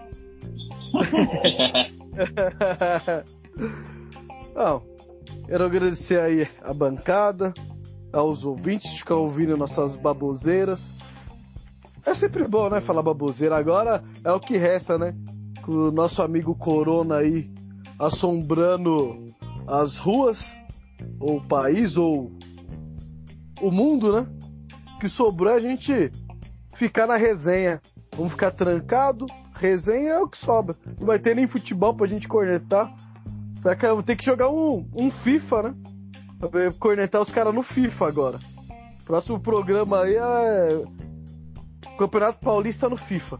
Não, quero agradecer aí a bancada, aos ouvintes que ficam ouvindo nossas baboseiras. É sempre bom, né, falar baboseira. Agora é o que resta, né? Com o nosso amigo Corona aí assombrando as ruas, ou o país, ou o mundo, né? O que sobrou é a gente ficar na resenha. Vamos ficar trancado, resenha é o que sobra. Não vai ter nem futebol pra gente cornetar. Será que vamos ter que jogar um FIFA, né? Pra cornetar os caras no FIFA agora. Próximo programa aí é Campeonato Paulista no FIFA.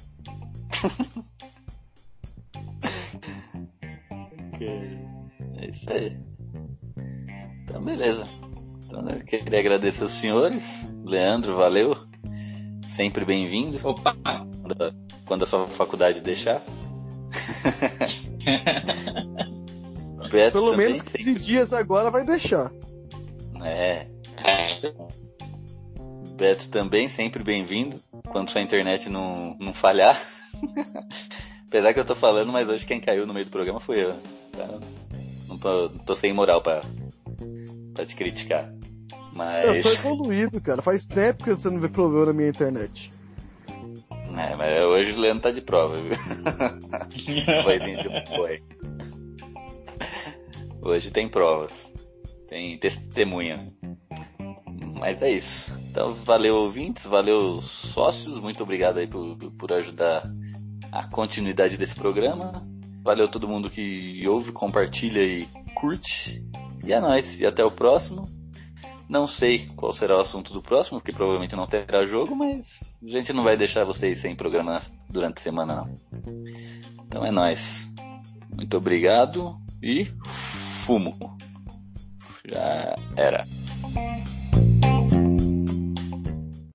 É isso aí. Então, beleza. Então, eu queria agradecer aos senhores. Leandro, valeu. Sempre bem-vindo. Opa! Quando a sua faculdade deixar. Beto Pelo também, menos 15 dias agora vai deixar. Beto também, sempre bem-vindo. Quando sua internet não falhar. Apesar que eu tô falando, mas hoje quem caiu no meio do programa foi eu. Tá? Não tô sem moral pra te criticar. Mas... Eu tô evoluído, cara. Faz tempo que você não vê problema na minha internet. Mas hoje o Leandro tá de prova, viu? Foi. Hoje tem provas. Tem testemunha. Mas é isso. Então, valeu ouvintes, valeu sócios. Muito obrigado aí por ajudar a continuidade desse programa. Valeu todo mundo que ouve, compartilha e curte. E é nóis. E até o próximo. Não sei qual será o assunto do próximo, porque provavelmente não terá jogo, mas a gente não vai deixar vocês sem programa durante a semana, não. Então é nóis. Muito obrigado e fumo. Já era.